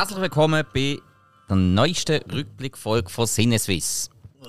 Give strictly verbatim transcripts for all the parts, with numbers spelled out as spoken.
Herzlich willkommen bei der neuesten Rückblickfolge von Sinneswiss.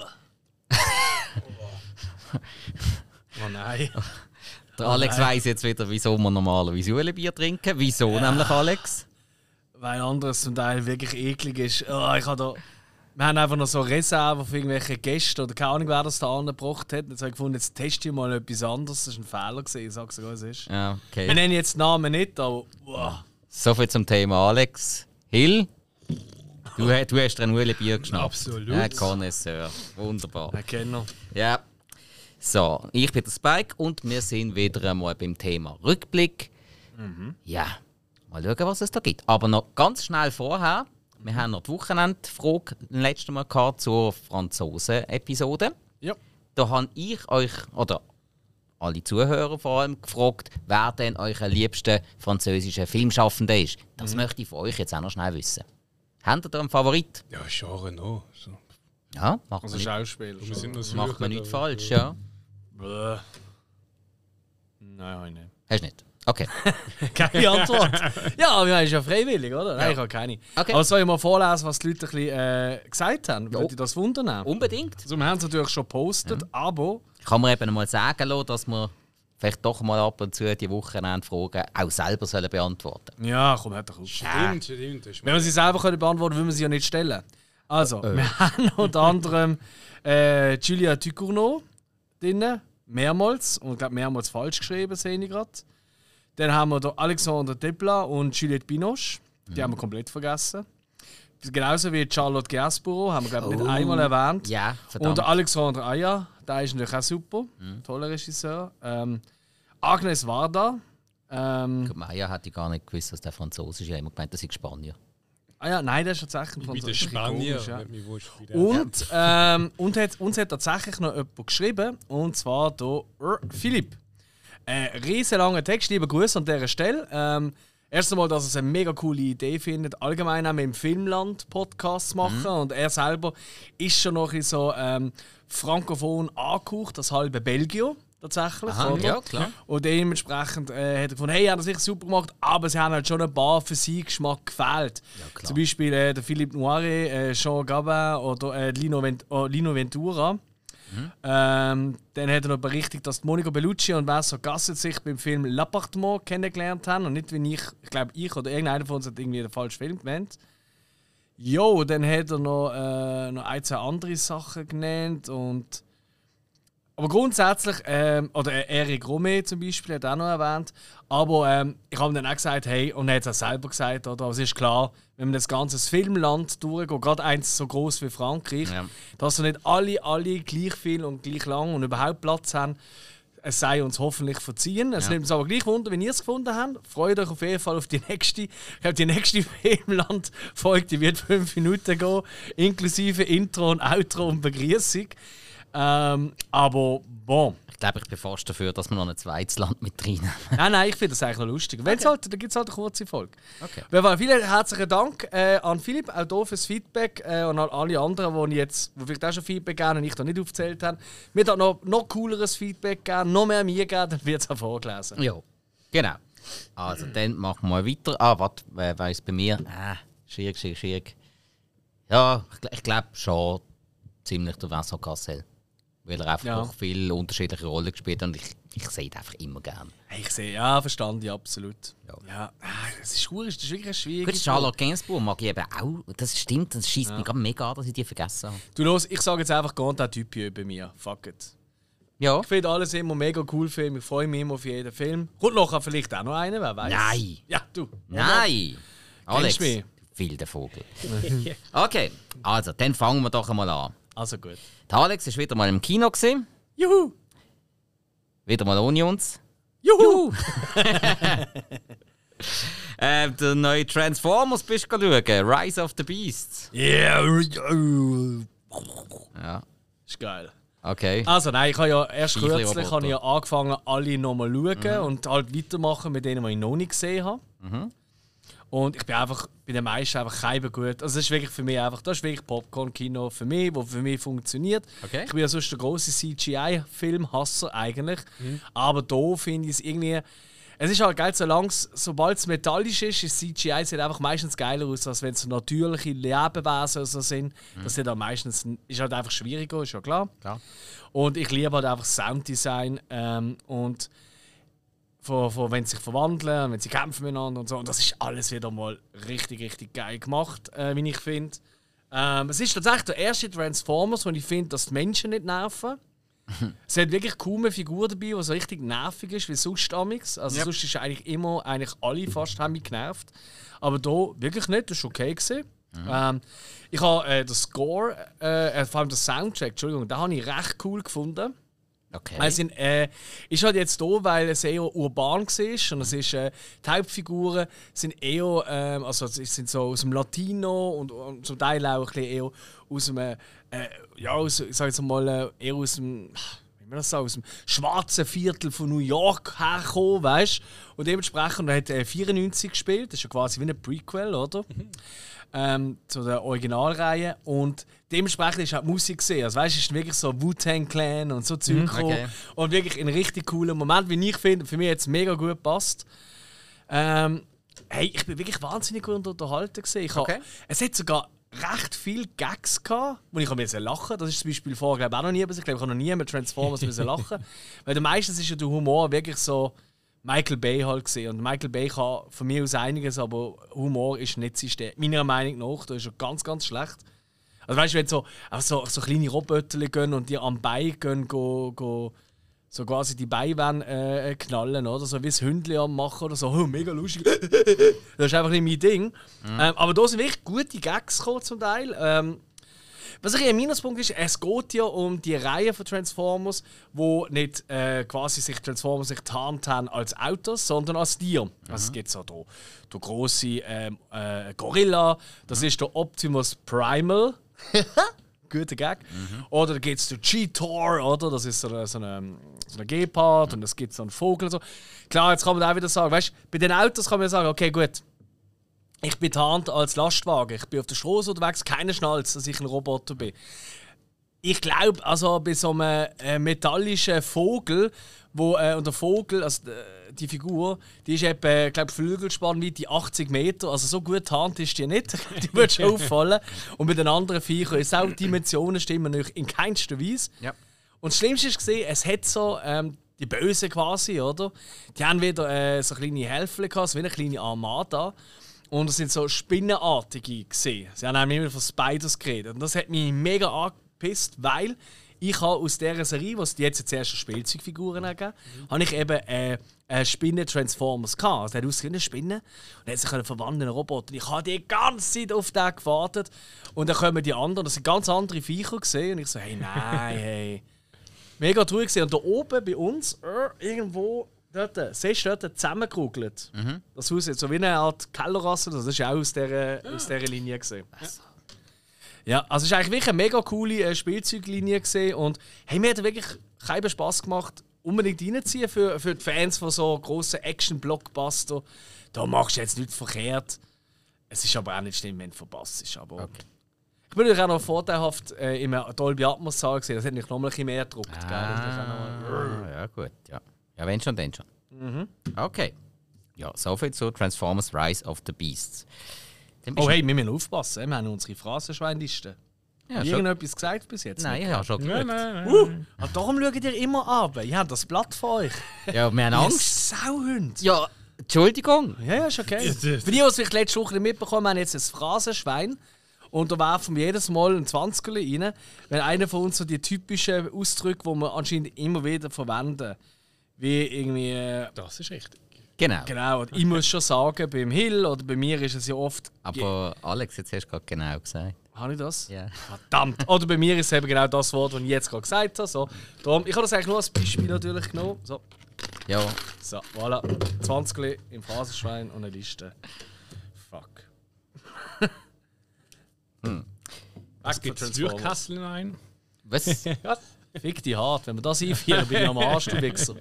Oh nein. Der Alex oh weiss jetzt wieder, wieso wir normalerweise Julebier trinken. Wieso ja. nämlich, Alex? Weil anderes zum Teil wirklich eklig ist. Oh, ich habe da, wir haben einfach noch so Reserven für irgendwelche Gäste oder keine Ahnung, wer das da angebracht hat. Jetzt habe ich gefunden, jetzt teste ich mal etwas anderes. Das war ein Fehler gewesen, ich sage es, was es ist. Ja, okay. Wir nennen jetzt den Namen nicht, aber wow. So viel zum Thema Alex. Hill, du, du hast dir ein Julebier geschnappt. Absolut. Ja, Connoisseur. Wunderbar. Ja, genau. Ja. So, ich bin der Spike und wir sind wieder einmal beim Thema Rückblick. Mhm. Ja, mal schauen, was es da gibt. Aber noch ganz schnell vorher, wir haben noch die Wochenendfrage letztes Mal gehabt zur Franzosen-Episode. Ja. Da habe ich euch, oder alle Zuhörer vor allem, gefragt, wer denn euer liebster französischer Filmschaffender ist. Das mhm. möchte ich von euch jetzt auch noch schnell wissen. Habt ihr da einen Favorit? Ja, Jean Reno. So. Ja, macht also man Schauspieler. nicht, macht man nicht falsch, ja. Bäh. Nein, habe ich nicht. Hast du nicht? Okay. Keine Antwort. Ja, wir sind ja freiwillig, oder? Nein, ja. Ich habe keine. Okay. Aber soll ich mal vorlesen, was die Leute ein bisschen, äh, gesagt haben? Wollt ihr das wundern? Unbedingt. Also, wir haben es natürlich schon gepostet, ja. aber... Kann man eben mal sagen lassen, dass wir vielleicht doch mal ab und zu die Wochenendfragen auch selber sollen beantworten sollen. Ja, komm, hört doch auf. Stimmt, stimmt. Wenn wir sie selber können beantworten können, würden wir sie ja nicht stellen. Also, äh. wir haben unter anderem äh, Julia Ducournau drin, mehrmals, und ich glaube mehrmals falsch geschrieben, sehe ich gerade. Dann haben wir da Alexandre Desplat und Juliette Binoche, die mhm. haben wir komplett vergessen. Genauso wie Charlotte Gainsbourg, haben wir glaube ich oh. nicht einmal erwähnt. Ja, verdammt. Und Alexandre Aja, der ist natürlich auch super, mhm. toller Regisseur. Ähm, Agnes Varda. Ähm, Aja hat gar nicht gewusst, dass der Franzose ist. Ich habe immer gemeint, das ist Spanier. Ah ja, nein, der ist tatsächlich ein Franzose. Spanier. Ja. Und ähm, und hat, uns hat tatsächlich noch jemand geschrieben, und zwar der uh, Philipp. Ein äh, riesenlanger Text, liebe Grüße an dieser Stelle. Ähm, Erst einmal, dass er es eine mega coole Idee findet, allgemein auch mit dem Filmland Podcast zu machen. Mhm. Und er selber ist schon noch so ähm, frankophon angehaucht, das halbe Belgio tatsächlich. Aha, oder? Ja, klar. Und dementsprechend äh, hat er gefunden, hey, er hat das sicher super gemacht, aber sie haben halt schon ein paar für seinen Geschmack gefehlt. Ja, Zum Beispiel äh, der Philippe Noiret, äh, Jean Gabin oder äh, Lino, Vent oh, Lino Ventura. Mhm. Ähm, dann hat er noch berichtet, dass Monica Bellucci und Vincent Cassel sich beim Film L'Appartement kennengelernt haben und nicht wie ich, ich glaube ich oder irgendeiner von uns hat irgendwie den falschen Film genannt. Jo, dann hat er noch, äh, noch ein, zwei andere Sachen genannt und aber grundsätzlich, ähm, oder Eric Romer zum Beispiel hat er auch noch erwähnt, aber ähm, ich habe ihm dann auch gesagt, hey, und er hat es auch selber gesagt, oder? Also es ist klar, wenn man das ganze Filmland durchgeht, gerade eins so groß wie Frankreich, ja. dass nicht alle, alle gleich viel und gleich lang und überhaupt Platz haben, es sei uns hoffentlich verziehen. Es ja. nimmt uns aber gleich Wunder, wenn ihr es gefunden habt. Freut euch auf jeden Fall auf die nächste. Ich glaube, die nächste Filmland-Folge, die wird fünf Minuten gehen, inklusive Intro und Outro und Begrüßung. Ähm, aber bon. Ich glaube, ich bin fast dafür, dass wir noch ein zweites Land mit reinnehmen. Nein, nein, ich finde das eigentlich noch lustig. Okay. Halt, da gibt es halt eine kurze Folge. Okay. Aber vielen herzlichen Dank äh, an Philipp, auch hier fürs Feedback äh, und an alle anderen, die jetzt wo vielleicht auch schon Feedback geben und ich da nicht aufgezählt habe. Mir hat noch, noch cooleres Feedback geben, noch mehr mir geben, dann wird es auch vorgelesen. Ja, genau. Also, dann machen wir mal weiter. Ah, warte, wer weiss bei mir? Ah, schwierig, schwierig, schwierig. Ja, ich, ich glaube schon ziemlich der Vincent Cassel. Weil er einfach ja. viele unterschiedliche Rollen gespielt hat und ich, ich sehe ihn einfach immer gerne. Ich sehe, ja, verstanden, absolut. Ja, ja das ist schwierig, das ist wirklich schwierig. Gut, Charlotte Gainsbourg mag ich eben auch, das stimmt, das schießt ja. mich gerade mega an, dass ich die vergessen habe. Du los, ich sage jetzt einfach gar nicht Typ bei mir, fuck it. Ja. Ich finde alles immer mega cool Film, ich freue mich immer auf jeden Film. Kommt nachher vielleicht auch noch einen, wer weiß. Nein! Ja, du. Nein! Alex, mich? wilder Vogel. Okay, also, dann fangen wir doch einmal an. Also gut. Der Alex war wieder mal im Kino. Gewesen. Juhu! Wieder mal ohne uns. Juhu! äh, der neue Transformers bist du schauen. Rise of the Beasts. Yeah! Ja. Ist geil. Okay. Also nein, ich habe ja erst kürzlich habe ich ja angefangen, alle nochmal schauen mhm. und halt weitermachen mit denen, die ich noch nicht gesehen habe. Mhm. Und ich bin einfach bei den meisten einfach kein gut. Also das ist wirklich für mich einfach, das ist wirklich Popcorn-Kino für mich, wo für mich funktioniert. Okay. Ich bin ja sonst der grosse C G I-Filmhasser eigentlich. Mhm. Aber da finde ich es irgendwie, es ist halt geil, solange sobald es metallisch ist, ist C G I sieht einfach meistens geiler aus, als wenn es so natürliche Lebewesen oder so sind. Mhm. Das sieht dann meistens, ist halt einfach schwieriger, ist ja klar. Ja. Und ich liebe halt einfach Sounddesign ähm, und von, von, wenn sie sich verwandeln, wenn sie kämpfen miteinander und so. Und das ist alles wieder mal richtig, richtig geil gemacht, äh, wie ich finde. Ähm, es ist tatsächlich der erste Transformers, wo ich finde, dass die Menschen nicht nerven. Es hat wirklich kaum eine Figur dabei, die so richtig nervig ist, wie sonst amix. Also Yep. sonst ist eigentlich immer, eigentlich alle fast haben mich genervt. Aber hier wirklich nicht, das war okay gewesen. Mhm. Ähm, ich habe äh, den Score, äh, vor allem den Soundtrack, Entschuldigung, den habe ich recht cool gefunden. Okay. Also, äh, ist halt jetzt hier, weil es eher urban war und es ist, äh, die Hauptfiguren sind eher, ähm, also sie sind so aus dem Latino und, und zum Teil auch ein bisschen eher aus dem, äh, ja, aus, ich sag jetzt mal, äh, eher aus dem, wie man das sagt, aus dem schwarzen Viertel von New York hergekommen, weißt du? Und dementsprechend er hat er vierundneunzig gespielt, das ist ja quasi wie ein Prequel, oder? Mhm. Ähm, zu der Originalreihe und dementsprechend ist auch die Musik gesehen. Also weißt du, es ist wirklich so Wu-Tang Clan und so Zeug mm, okay. und wirklich in richtig coolen Moment, wie ich finde, für mich jetzt mega gut passt. Ähm, hey, ich bin wirklich wahnsinnig gut unterhalten gesehen. Ich okay. hab, es hat sogar recht viele Gags gehabt, wo ich musste lachen. Das ist zum Beispiel vorher glaube ich auch noch nie, aber ich glaube ich habe noch nie mit Transformers müssen lachen, weil meistens ist ja der Humor wirklich so Michael Bay halt gesehen. Und Michael Bay kann von mir aus einiges, aber Humor ist nicht sein Stärke. Meiner Meinung nach, das ist ja ganz, ganz schlecht. Also weißt du, wenn so, so, so kleine Roboter gehen und die am Bein gehen, go, go, so quasi die Beine äh, knallen, oder? So wie das Hündchen am machen oder so, oh, mega lustig. Das ist einfach nicht mein Ding. Mhm. Ähm, aber da sind wirklich gute Gags gekommen zum Teil. Ähm, Was ein Minuspunkt ist, es geht ja um die Reihe von Transformers, wo nicht äh, quasi sich Transformers sich tarnt haben als Autos, sondern als Tier. Mhm. Also es gibt so der, der grosse ähm, äh, Gorilla, das mhm. ist der Optimus Primal. Guter Gag. Mhm. Oder da gibt es den Cheetor, oder? Das ist so eine, so eine, so eine Gepard mhm. und es gibt so einen Vogel. So. Klar, jetzt kann man auch wieder sagen, weißt, bei den Autos kann man sagen, okay, gut. Ich bin tarnt als Lastwagen. Ich bin auf der Straße unterwegs, keiner schnallt, dass ich ein Roboter bin. Ich glaube, also bei so einem äh, metallischen Vogel, wo äh, und der Vogel, also äh, die Figur, die ist etwa, glaube ich, Flügelspannweite achtzig Meter. Also so gut tarnt ist die nicht. Die wird schon auffallen. Und bei den anderen Viechern ist auch die Dimensionen stimmen in keinster Weise. Ja. Und das Schlimmste ist gesehen, es hat so ähm, die Bösen quasi, oder? Die haben wieder äh, so kleine Hälfte gehabt, so wie eine kleine Armada. Und es sind so Spinnenartige gesehen. Sie haben immer von Spiders geredet. Und das hat mich mega angepisst, weil ich habe aus dieser Serie, was die jetzt zuerst Spielzeugfiguren gegeben mhm. habe ich eben äh, äh, Spinnen-Transformers gehabt. Also der hat ausgesehen, eine Spinne. Und er hat sich verwandeln in einen Roboter. Und ich habe die ganze Zeit auf den gewartet. Und dann kommen die anderen. Das sind ganz andere Viecher gesehen. Und ich so, hey, nein, hey. Mega traurig gesehen. Und da oben bei uns, äh, irgendwo. Dort, siehst du dort zusammengekugelt. Mhm. Das Haus ist so wie eine Art Kellerrasse, das ist auch aus dieser, ja. aus dieser Linie gesehen. Ja, also es ist eigentlich wirklich eine mega coole äh, Spielzeuglinie gesehen und hey, mir hat wirklich keinen Spaß gemacht, unbedingt reinzuziehen für, für die Fans von so grossen Action-Blockbuster. Da machst du jetzt nichts verkehrt. Es ist aber auch nicht schlimm, wenn du verpasst. Aber okay. Ich bin natürlich auch noch vorteilhaft äh, im Dolby Atmos Saal gesehen, das hat mich noch mal ein bisschen mehr gedruckt. Ah, ja gut, ja. Ja, wenn schon, dann schon. Mhm. Okay. Ja, soviel zu Transformers Rise of the Beasts. Oh hey, wir müssen aufpassen, wir haben unsere Phrasenschweinliste. Ja, hast du irgendetwas gesagt bis jetzt? Nein, ich habe schon geschaut. Nein, nein, nein. Uh, darum schaut ihr immer ab. Ich habe das Blatt von euch. Ja, wir haben Angst. Sauhund. Ja, Entschuldigung. Ja, ja, ist okay. Für die, die es vielleicht letzte Woche nicht mitbekommen haben, jetzt ein Phrasenschwein. Und da werfen wir jedes Mal ein Zwanziger rein, wenn einer von uns so die typischen Ausdrücke, die wir anscheinend immer wieder verwenden. Wie irgendwie. Äh, das ist richtig. Genau. Genau. Und ich muss schon sagen, beim Hill oder bei mir ist es ja oft. Aber Alex, jetzt hast du gerade genau gesagt. Habe ich das? Ja. Verdammt. Oder bei mir ist es eben genau das Wort, das ich jetzt gerade gesagt habe. So. Darum, ich habe das eigentlich nur als Beispiel natürlich genommen. So. Ja. So, voilà. zwanzig im Phrasenschwein und eine Liste. Fuck. hm. Es gibt Zürchkasseln ein. Was? Was? Fick die hart, wenn wir das einführen, bin ich am Arsch, du Wichser.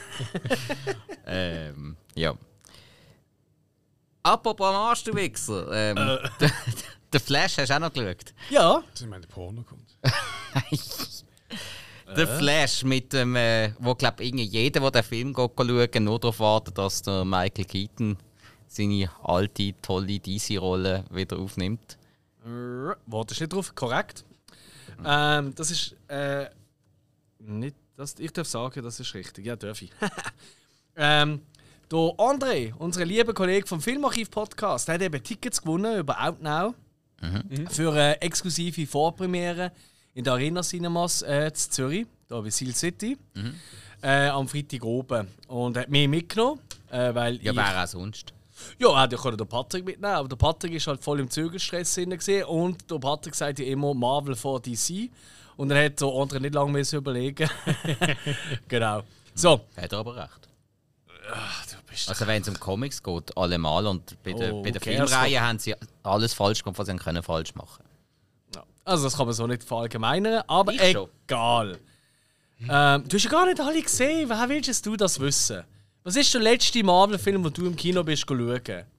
ähm, ja. Apropos am Arsch, du Wichser. Ähm, äh. Der Flash hast du auch noch geschaut? Ja. Dass ich meine, Porno kommt. Der Flash mit dem, äh, wo glaub ich jeder, der den Film geht, schauen, nur darauf wartet, dass der Michael Keaton seine alte, tolle D C-Rolle wieder aufnimmt. Wartest nicht drauf, korrekt. Ähm, das ist äh, nicht, das, ich darf sagen, das ist richtig. Ja, darf ich. ähm, der André, unser lieber Kollege vom Filmarchiv-Podcast, hat eben Tickets gewonnen über Outnow mhm. für eine exklusive Vorpremiere in der Arena Cinemas äh, in Zürich, da bei Seal City, mhm. äh, am Freitag oben. Und hat mich mitgenommen, äh, weil ja, ich... wer auch sonst. Ja, hätte ich den Patrick mitnehmen, aber der Patrick war halt voll im Zügelstress drin und der Patrick sagt ja immer Marvel vor D C. Und dann hat der andere nicht lange mehr überlegen. Genau. So. Hat er aber recht. Ach, du bist also wenn es um Comics geht, allemal. Und bei, der, oh, bei der okay, Filmreihe haben sie alles falsch gemacht, was sie können falsch machen. Ja. Also das kann man so nicht verallgemeinern, aber ich egal. Ähm, du hast ja gar nicht alle gesehen. Woher willst du das wissen? Was ist der letzte Marvel-Film, den du im Kino bist schauen?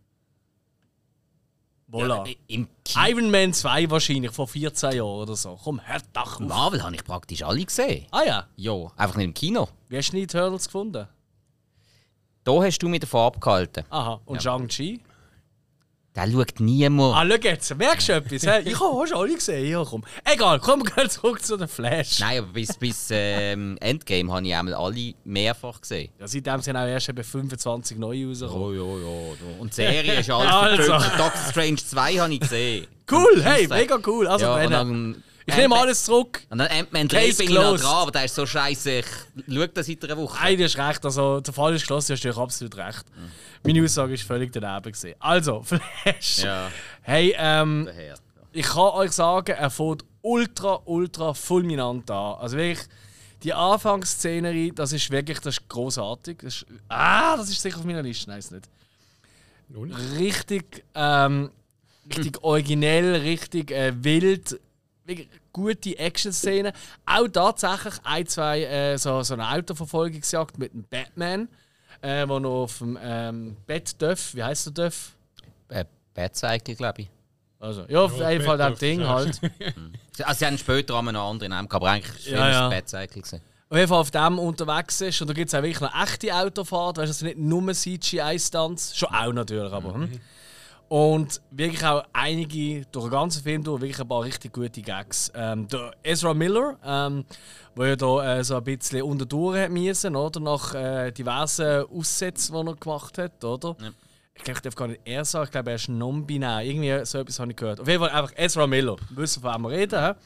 Voilà. Ja, im Iron Man zwei wahrscheinlich, vor vierzehn Jahren oder so. Komm, hör doch auf. Marvel habe ich praktisch alle gesehen. Ah ja? Ja, einfach nicht im Kino. Wie hast du die Eternals gefunden? Da hast du mit der Farbe gehalten. Aha, und ja. Shang-Chi? Der schaut niemand. Ah, schau jetzt, merkst du etwas? He? Ich habe schon alle gesehen. Ja, komm. Egal, komm wir zurück zu den Flash. Nein, aber bis, bis ähm, Endgame habe ich einmal alle mehrfach gesehen. Ja, seitdem sind auch erst eben fünfundzwanzig neue rausgekommen. Oh, ja, ja. Und die Serie ist alles also. Doctor Strange zwei habe ich gesehen. Cool, hey, mega cool. Also, ja, wenn, dann, ich nehme alles zurück. Und dann Ant-Man drei bin ich noch dran, aber der ist so scheiße. Ich schaue das seit einer Woche. Nein, du hast recht. Also, der Fall ist geschlossen, du hast natürlich absolut recht. Mhm. Meine Aussage ist völlig daneben gewesen. Also, Flash. Ja. Hey, ähm, ich kann euch sagen, er fängt ultra, ultra fulminant an. Also wirklich, die Anfangsszenerie, das ist wirklich, das ist grossartig. Das ist, ah, das ist sicher auf meiner Liste, nein, ist nicht. Nun? Richtig, ähm, richtig hm. originell, richtig äh, wild. Wirklich gute Action-Szenen. Auch tatsächlich ein, zwei äh, so, so eine Autoverfolgungsjagd mit dem Batman, äh, wo noch auf dem ähm, Bett darf. Wie heisst der Döff? Äh, Batcycle, glaube ich. Also, ja, auf jeden Fall das Ding halt. Also, sie haben später auch noch andere Namen, aber eigentlich war ja, es ja. Batcycle. Auf jeden Fall auf dem unterwegs ist. Und da gibt es auch wirklich noch echte Autofahrt. Weißt du, also nicht nur C G I-Stunts. Schon auch natürlich, aber. Mhm. Hm. Und wirklich auch einige, durch den ganzen Film durch, wirklich ein paar richtig gute Gags. Ähm, der Ezra Miller, ähm, der ja da äh, so ein bisschen unterdurch hat müssen, oder? Nach äh, diversen Aussätzen, die er gemacht hat, oder? Ja. Ich glaube, ich darf gar nicht er sagen, ich glaube, er ist non-binär. Irgendwie so etwas habe ich gehört. Auf jeden Fall einfach Ezra Miller. Wir wissen, von wem wir reden.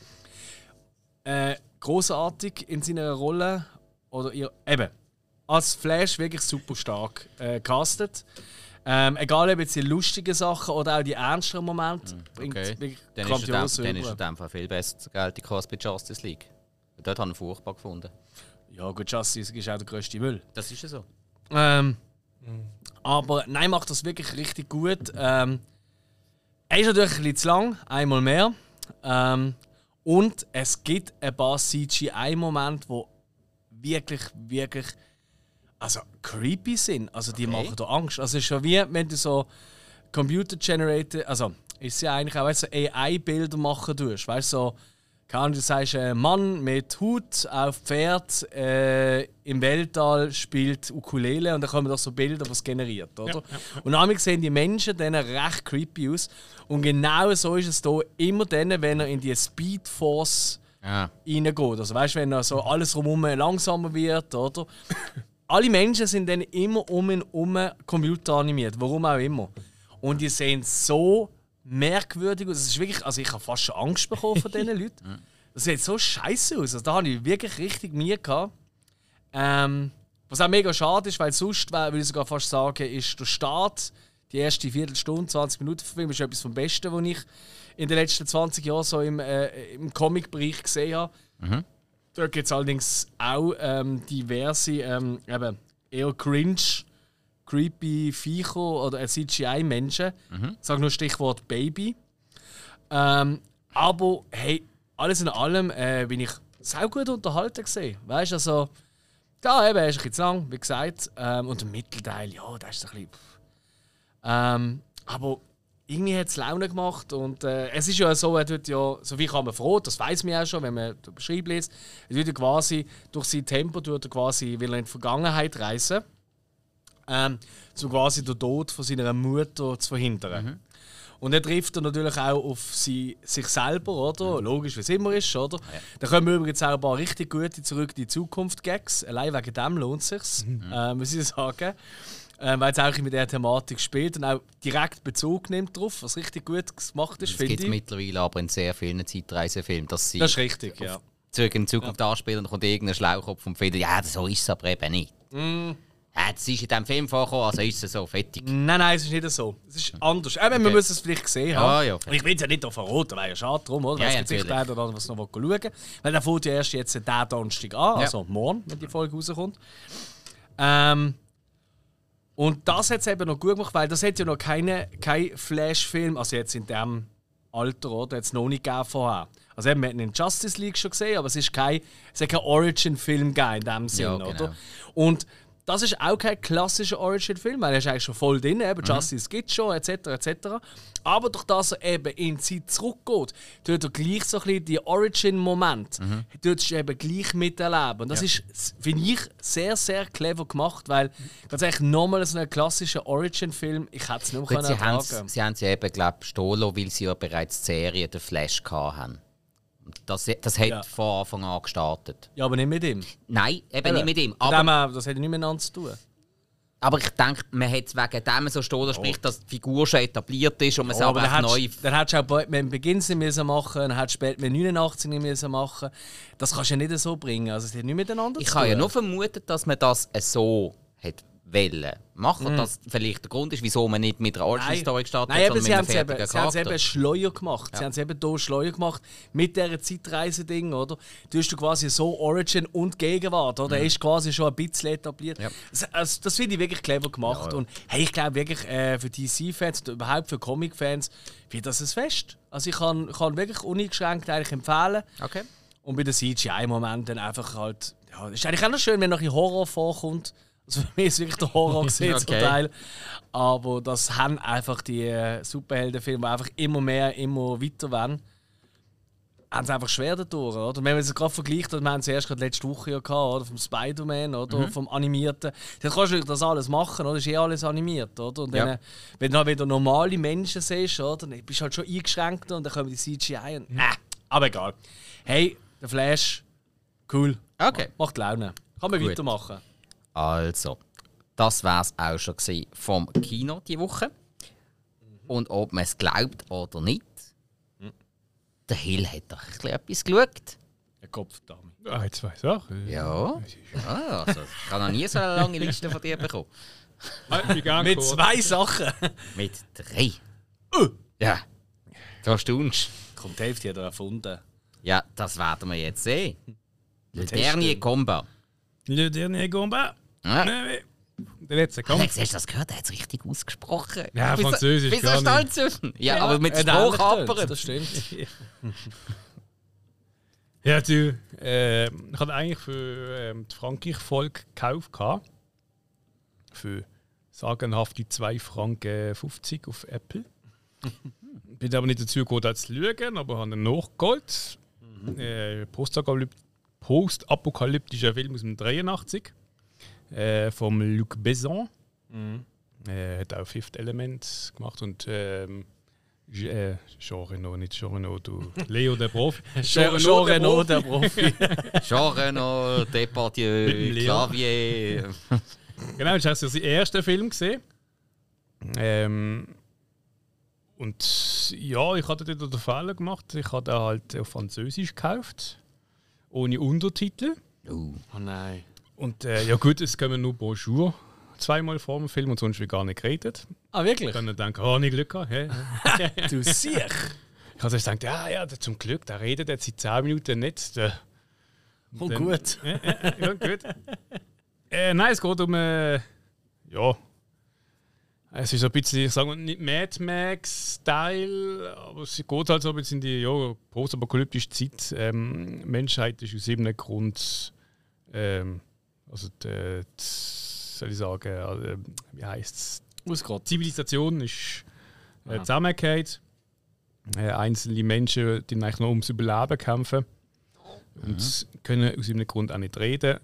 Äh, großartig in seiner Rolle. Oder ihr, eben, als Flash wirklich super stark äh, castet. Ähm, egal ob jetzt die lustigen Sachen oder auch die ernsteren Momente. Okay. Dann ist er in dem Fall viel besser zu gelten als bei Justice League. Dort habe ich ihn furchtbar gefunden. Ja gut, Justice League ist auch der grösste Müll. Das ist ja so. Ähm, mhm. Aber nein, macht das wirklich richtig gut. Ähm, er ist natürlich ein bisschen zu lang, einmal mehr. Ähm, und es gibt ein paar C G I-Momente, die wirklich, wirklich also creepy sind. Also die okay. machen da Angst. Also es ist schon wie, wenn du so Computer-Generated, also ist ja eigentlich auch weißt, so A I-Bilder machen tust. Weißt du, so, kann du sagst, ein Mann mit Hut auf Pferd äh, im Weltall spielt Ukulele und dann kommen doch so Bilder, was generiert, oder? Ja, ja. Und damit sehen die Menschen dann recht creepy aus. Und genau so ist es hier immer dann, wenn er in die Speed Force ja. reingeht. Also weißt du, wenn er so alles drumherum langsamer wird, oder? Alle Menschen sind dann immer um ihn herum computeranimiert, warum auch immer. Und die sehen so merkwürdig aus. Es ist wirklich, also ich habe fast schon Angst bekommen von diesen Leuten. Das sieht so scheiße aus. Also da habe ich wirklich richtig Mühe gehabt. Ähm, was auch mega schade ist, weil sonst, würde ich sogar fast sagen, ist der Start, die erste Viertelstunde, zwanzig Minuten vom Film, ist etwas vom Besten, was ich in den letzten zwanzig Jahren so im, äh, im Comic-Bereich gesehen habe. Mhm. Da gibt es allerdings auch ähm, diverse, ähm, eben eher cringe, creepy Viecher oder C G I-Menschen. Mhm. Ich sage nur Stichwort Baby. Ähm, aber hey, alles in allem äh, bin ich sehr gut unterhalten gesehen. Weißt du, also, ja, eben, er ist ein bisschen zu lang, wie gesagt. Ähm, und der Mittelteil, ja, da ist ein bisschen. Ähm, aber irgendwie hat es Laune gemacht und äh, es ist ja so, er tut ja, so wie kann man froh, das weiß man ja schon, wenn man den Beschreib liest, er tut ja quasi, durch sein Tempo tut er quasi, will er in die Vergangenheit reisen, ähm, um quasi den Tod von seiner Mutter zu verhindern. Mhm. Und er trifft er natürlich auch auf sie, sich selber, oder? Mhm. Logisch, wie es immer ist, oder? Ja. Da kommen übrigens auch ein paar richtig gute Zurück in die Zukunft-Gags. Allein wegen dem lohnt es sich, mhm. äh, muss ich sagen. Äh, weil es auch mit dieser Thematik spielt und auch direkt Bezug nimmt darauf, was richtig gut gemacht ist, finde ich. Es gibt mittlerweile aber in sehr vielen Zeitreisefilmen, dass sie das ist richtig, ja. Zurück in die Zukunft ja. anspielen und kommt irgendein Schlauchkopf und findet, ja, so ist es aber eben nicht. Mm. Ja, das ist in diesem Film vorgekommen, also ist es so, fertig. Nein, nein, es ist nicht so. Es ist anders. Eben, okay. Man muss es vielleicht gesehen haben. Ja, ja, okay. Ich will es ja nicht verraten, wäre ja schade drum, oder? Ja, ja, es gibt sicher einen oder anderen, was noch schauen will. Weil der fängt ja erst jetzt den Donnerstag an, also ja. morgen, wenn die Folge rauskommt. Ähm, und das hat es eben noch gut gemacht, weil das hat ja noch keine, kein Flash-Film, also jetzt in diesem Alter, oder? Hat es noch nicht gegeben vorher. Also eben, wir hatten in Justice League schon gesehen, aber es ist kein, es hat kein Origin-Film gegeben in dem Sinn, ja, genau. oder? Und das ist auch kein klassischer Origin-Film, weil er ist eigentlich schon voll drin, eben mhm. Justice gibt es schon, et cetera et cetera. Aber durch das er eben in die Zeit zurückgeht, tut er gleich so ein bisschen die Origin-Moment, mhm. tut er eben gleich miterleben. Und das ja. ist, finde ich, sehr, sehr clever gemacht, weil ganz ehrlich, nochmal so einen klassischen Origin-Film, ich hätte es nicht mehr sie ertragen. Sie haben es eben, glaube ich, gestohlen, weil sie ja bereits die Serie «The Flash» hatten. Das, das hat ja. von Anfang an gestartet. Ja, aber nicht mit ihm. Nein, eben ja. nicht mit ihm. Aber, dem, das hat ja nicht miteinander zu tun. Aber ich denke, man hat es wegen dem so stohlen, sprich, dass die Figur schon etabliert ist und man es oh, aber dann neu... Dann hättest du auch mit Beginn nicht machen, dann hättest du später mit neunundachtzig nicht machen. Das kannst du ja nicht so bringen. Also, es hat nicht miteinander ich zu tun. Ich habe ja nur vermutet, dass man das so hat wollen machen. Mm. Das vielleicht der Grund ist, wieso man nicht mit einer Origin-Story gestartet hat, sondern sie mit einem fertigen Sie haben es eben schleuer gemacht. Ja. Sie haben es eben hier schleuer gemacht mit dieser Zeitreise-Ding, oder? Du hast du quasi so Origin und Gegenwart, oder? Mm. Er ist quasi schon ein bisschen etabliert. Ja. Also, das finde ich wirklich clever gemacht. Ja, ja. Und hey, ich glaube wirklich, äh, für D C-Fans und überhaupt für Comic-Fans wird das ein Fest. Also ich kann, kann wirklich uneingeschränkt eigentlich empfehlen. Okay. Und bei den C G I-Momenten einfach halt... Ja, ist eigentlich auch noch schön, wenn noch ein Horror vorkommt. Also für mich ist es wirklich der Horror gesehen, okay. zum Teil. Aber das haben einfach die äh, Superheldenfilme, die einfach immer mehr, immer weiter werden. Haben es einfach schwer dadurch, oder? Und wenn man es gerade vergleicht, wir haben es erst gerade letzte Woche ja gehabt, oder? Vom Spider-Man, oder? Mhm. Vom Animierten. Dann kannst du das alles machen, oder? Das ist eh alles animiert, oder? Und dann, ja. wenn du dann wieder normale Menschen siehst, oder? Dann bist du halt schon eingeschränkt und dann kommen die C G I und... Mhm. Äh, aber egal. Hey, der Flash, cool. Okay. Macht Laune. Kann man Gut. weitermachen. Also, das war es auch schon vom Kino diese Woche. Und ob man es glaubt oder nicht, mhm. der Hill hat doch ein bisschen etwas geschaut. Ein Kopfdame. Ah, zwei Sachen. Ja. Ah, also, ich habe noch nie so eine lange Liste von dir bekommen. Mit zwei Sachen. Mit drei. Uh. Ja. Du staunst. Kommt die Hälfte hat er erfunden. Ja, das werden wir jetzt sehen. Le Dernier Combat. Le Dernier Combat. Ja. Der letzte Kampf. Alex, hast du das gehört? Er hat es richtig ausgesprochen. Ja, bist Französisch. Bist du stolz auf ihn? Ja, ja, aber mit Spruchhappern. Das stimmt. Ja, du. Äh, ich hatte eigentlich für ähm, die Frankreich-Folge gekauft. Für sagenhafte zwei Franken fünfzig auf Apple. Bin aber nicht dazu gekommen, das zu schauen, aber habe ihn nachgeholt. Mhm. Äh, Postapokalyptischer Film aus dem dreiundachtzig. Äh, vom Luc Besson. Mhm. Er hat auch Fifth Element gemacht und ähm, äh, Jean Reno, nicht Jean Reno, du Leo der Profi. Jean Reno der Profi. Jean Reno, Depardieu, Clavier. Genau, das hast du sein erster Film gesehen. Ähm, und ja, ich hatte dort den Fehler gemacht. Ich habe den halt auf Französisch gekauft. Ohne Untertitel. Oh, oh nein. Und äh, ja gut, es kommen nur Bonjour zweimal vor dem Film und sonst wird gar nicht geredet. Ah, wirklich? Ich kann dann denken, oh, nicht Glück gehabt. Hey. Du siehst. Ich habe gedacht, ja, ja, zum Glück, der redet jetzt seit zehn Minuten nicht. Der, oh, dann, gut. Äh, äh, ja, gut. Äh, nein, es geht um, äh, ja, es ist ein bisschen, ich sage mal, nicht Mad Max-Style, aber es geht halt so ein bisschen in die ja, postapokalyptische Zeit. Ähm, Menschheit ist aus irgendeinem Grund, ähm, also die, die, soll ich sagen, also, wie heisst es? Ausgerottet. Zivilisation ist äh, zusammengeht. Äh, einzelne Menschen, die eigentlich noch ums Überleben kämpfen und mhm. können aus irgendeinem Grund auch nicht reden.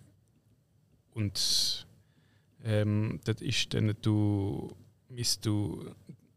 Und ähm, das ist dann du, bist du,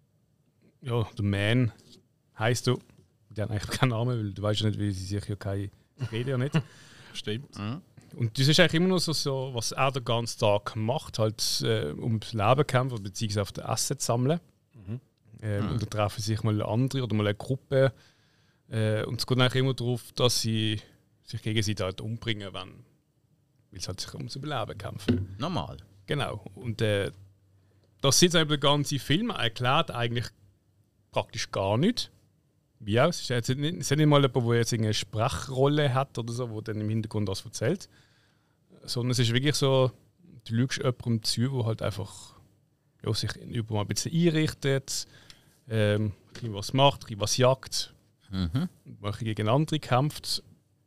ja, der Man heisst du. Die haben eigentlich keinen Namen, weil du weißt ja nicht, wie sie sich ja keine reden ja nicht. Stimmt. Mhm. Und das ist eigentlich immer noch so, so was er den ganzen Tag macht, halt äh, ums Leben kämpfen, beziehungsweise auf den Essen zu sammeln. Mhm. Ähm, mhm. Und dann treffen sich mal andere oder mal eine Gruppe. Äh, und es geht eigentlich immer darauf, dass sie sich gegenseitig halt umbringen wollen. Weil sie halt sich ums Überleben kämpfen. Normal. Genau. Und äh, das sieht eben der ganze Film erklärt eigentlich praktisch gar nicht. Wie auch. Es ist jetzt nicht, es ist nicht mal jemand, der jetzt eine Sprechrolle hat oder so, der dann im Hintergrund was erzählt. Sondern es ist wirklich so, du schaust jemandem zu, der halt einfach ja, sich über mal ein bisschen einrichtet, ähm, was macht, was jagt, mhm. und gegen andere kämpft.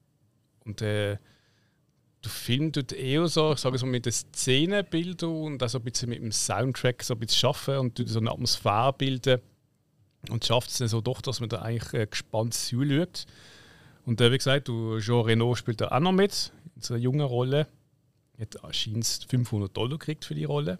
Und äh, der Film tut eher so, ich sage es mal, mit den Szenenbildern und auch so ein bisschen mit dem Soundtrack so ein bisschen schaffen und tut so eine Atmosphäre bilden. Und schafft es dann so doch, dass man da eigentlich äh, gespannt zuschaut. Und äh, wie gesagt, du, Jean Reno spielt da auch noch mit, in so einer jungen Rolle. Er hat anscheinend fünfhundert Dollar gekriegt für die Rolle.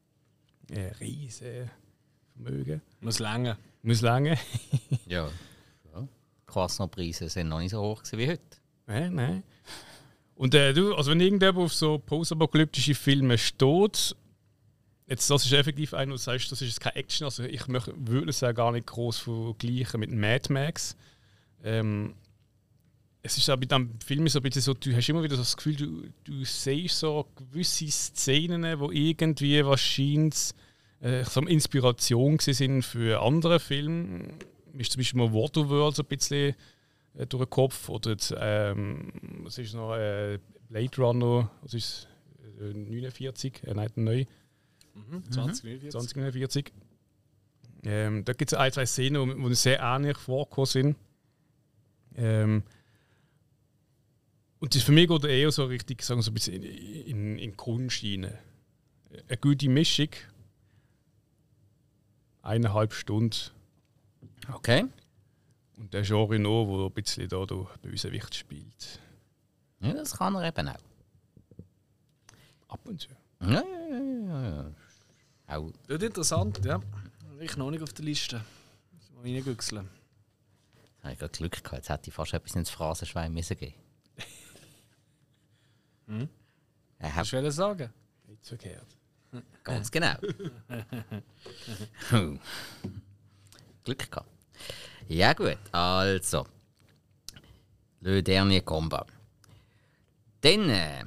Ein riesiges Vermögen. Muss lange. Muss lange. Ja. ja. Croissant-Preise sind noch nicht so hoch wie heute. Nein, nein. Und äh, du, also wenn irgendjemand auf so postapokalyptische Filme steht, jetzt, das ist effektiv ein, du sagst, das ist jetzt keine Action, also ich möchte, würde es ja gar nicht groß vergleichen mit Mad Max. Ähm, es ist auch bei diesem Film so ein bisschen so, du hast immer wieder das Gefühl, du, du siehst so gewisse Szenen, wo irgendwie wahrscheinlich äh, so eine Inspiration sind für andere Filme. Mir ist zum Beispiel mal Waterworld so ein bisschen äh, durch den Kopf oder jetzt, ähm, was ist noch, äh, Blade Runner, was ist äh, neunundvierzig, äh, nein, neu. Mhm. zwanzig neunundvierzig. zwanzig neunundvierzig. Ähm, da gibt es ein, zwei Szenen, die sehr ähnlich vorgekommen sind. Ähm, und das für mich geht eher so richtig, sagen wir so ein bisschen in, in, in Kunst rein. Eine gute Mischung. Eineinhalb Stunden. Okay. Und der Jean Reno, der ein bisschen da der Bösewicht spielt. Ja, das kann er eben auch. Ab und zu. Ja, ja, ja, ja. Auch. Das ist interessant, ja. Ich noch nicht auf der Liste. Muss mal reingüchseln. Jetzt habe ich gerade Glück gehabt. Jetzt hätte ich fast etwas ins Phrasenschwein müssen geben. Hm? Was willst du sagen? Nicht verkehrt. Ganz genau. Glück gehabt. Ja gut, also. Le Dernier Combat. Dann... Äh,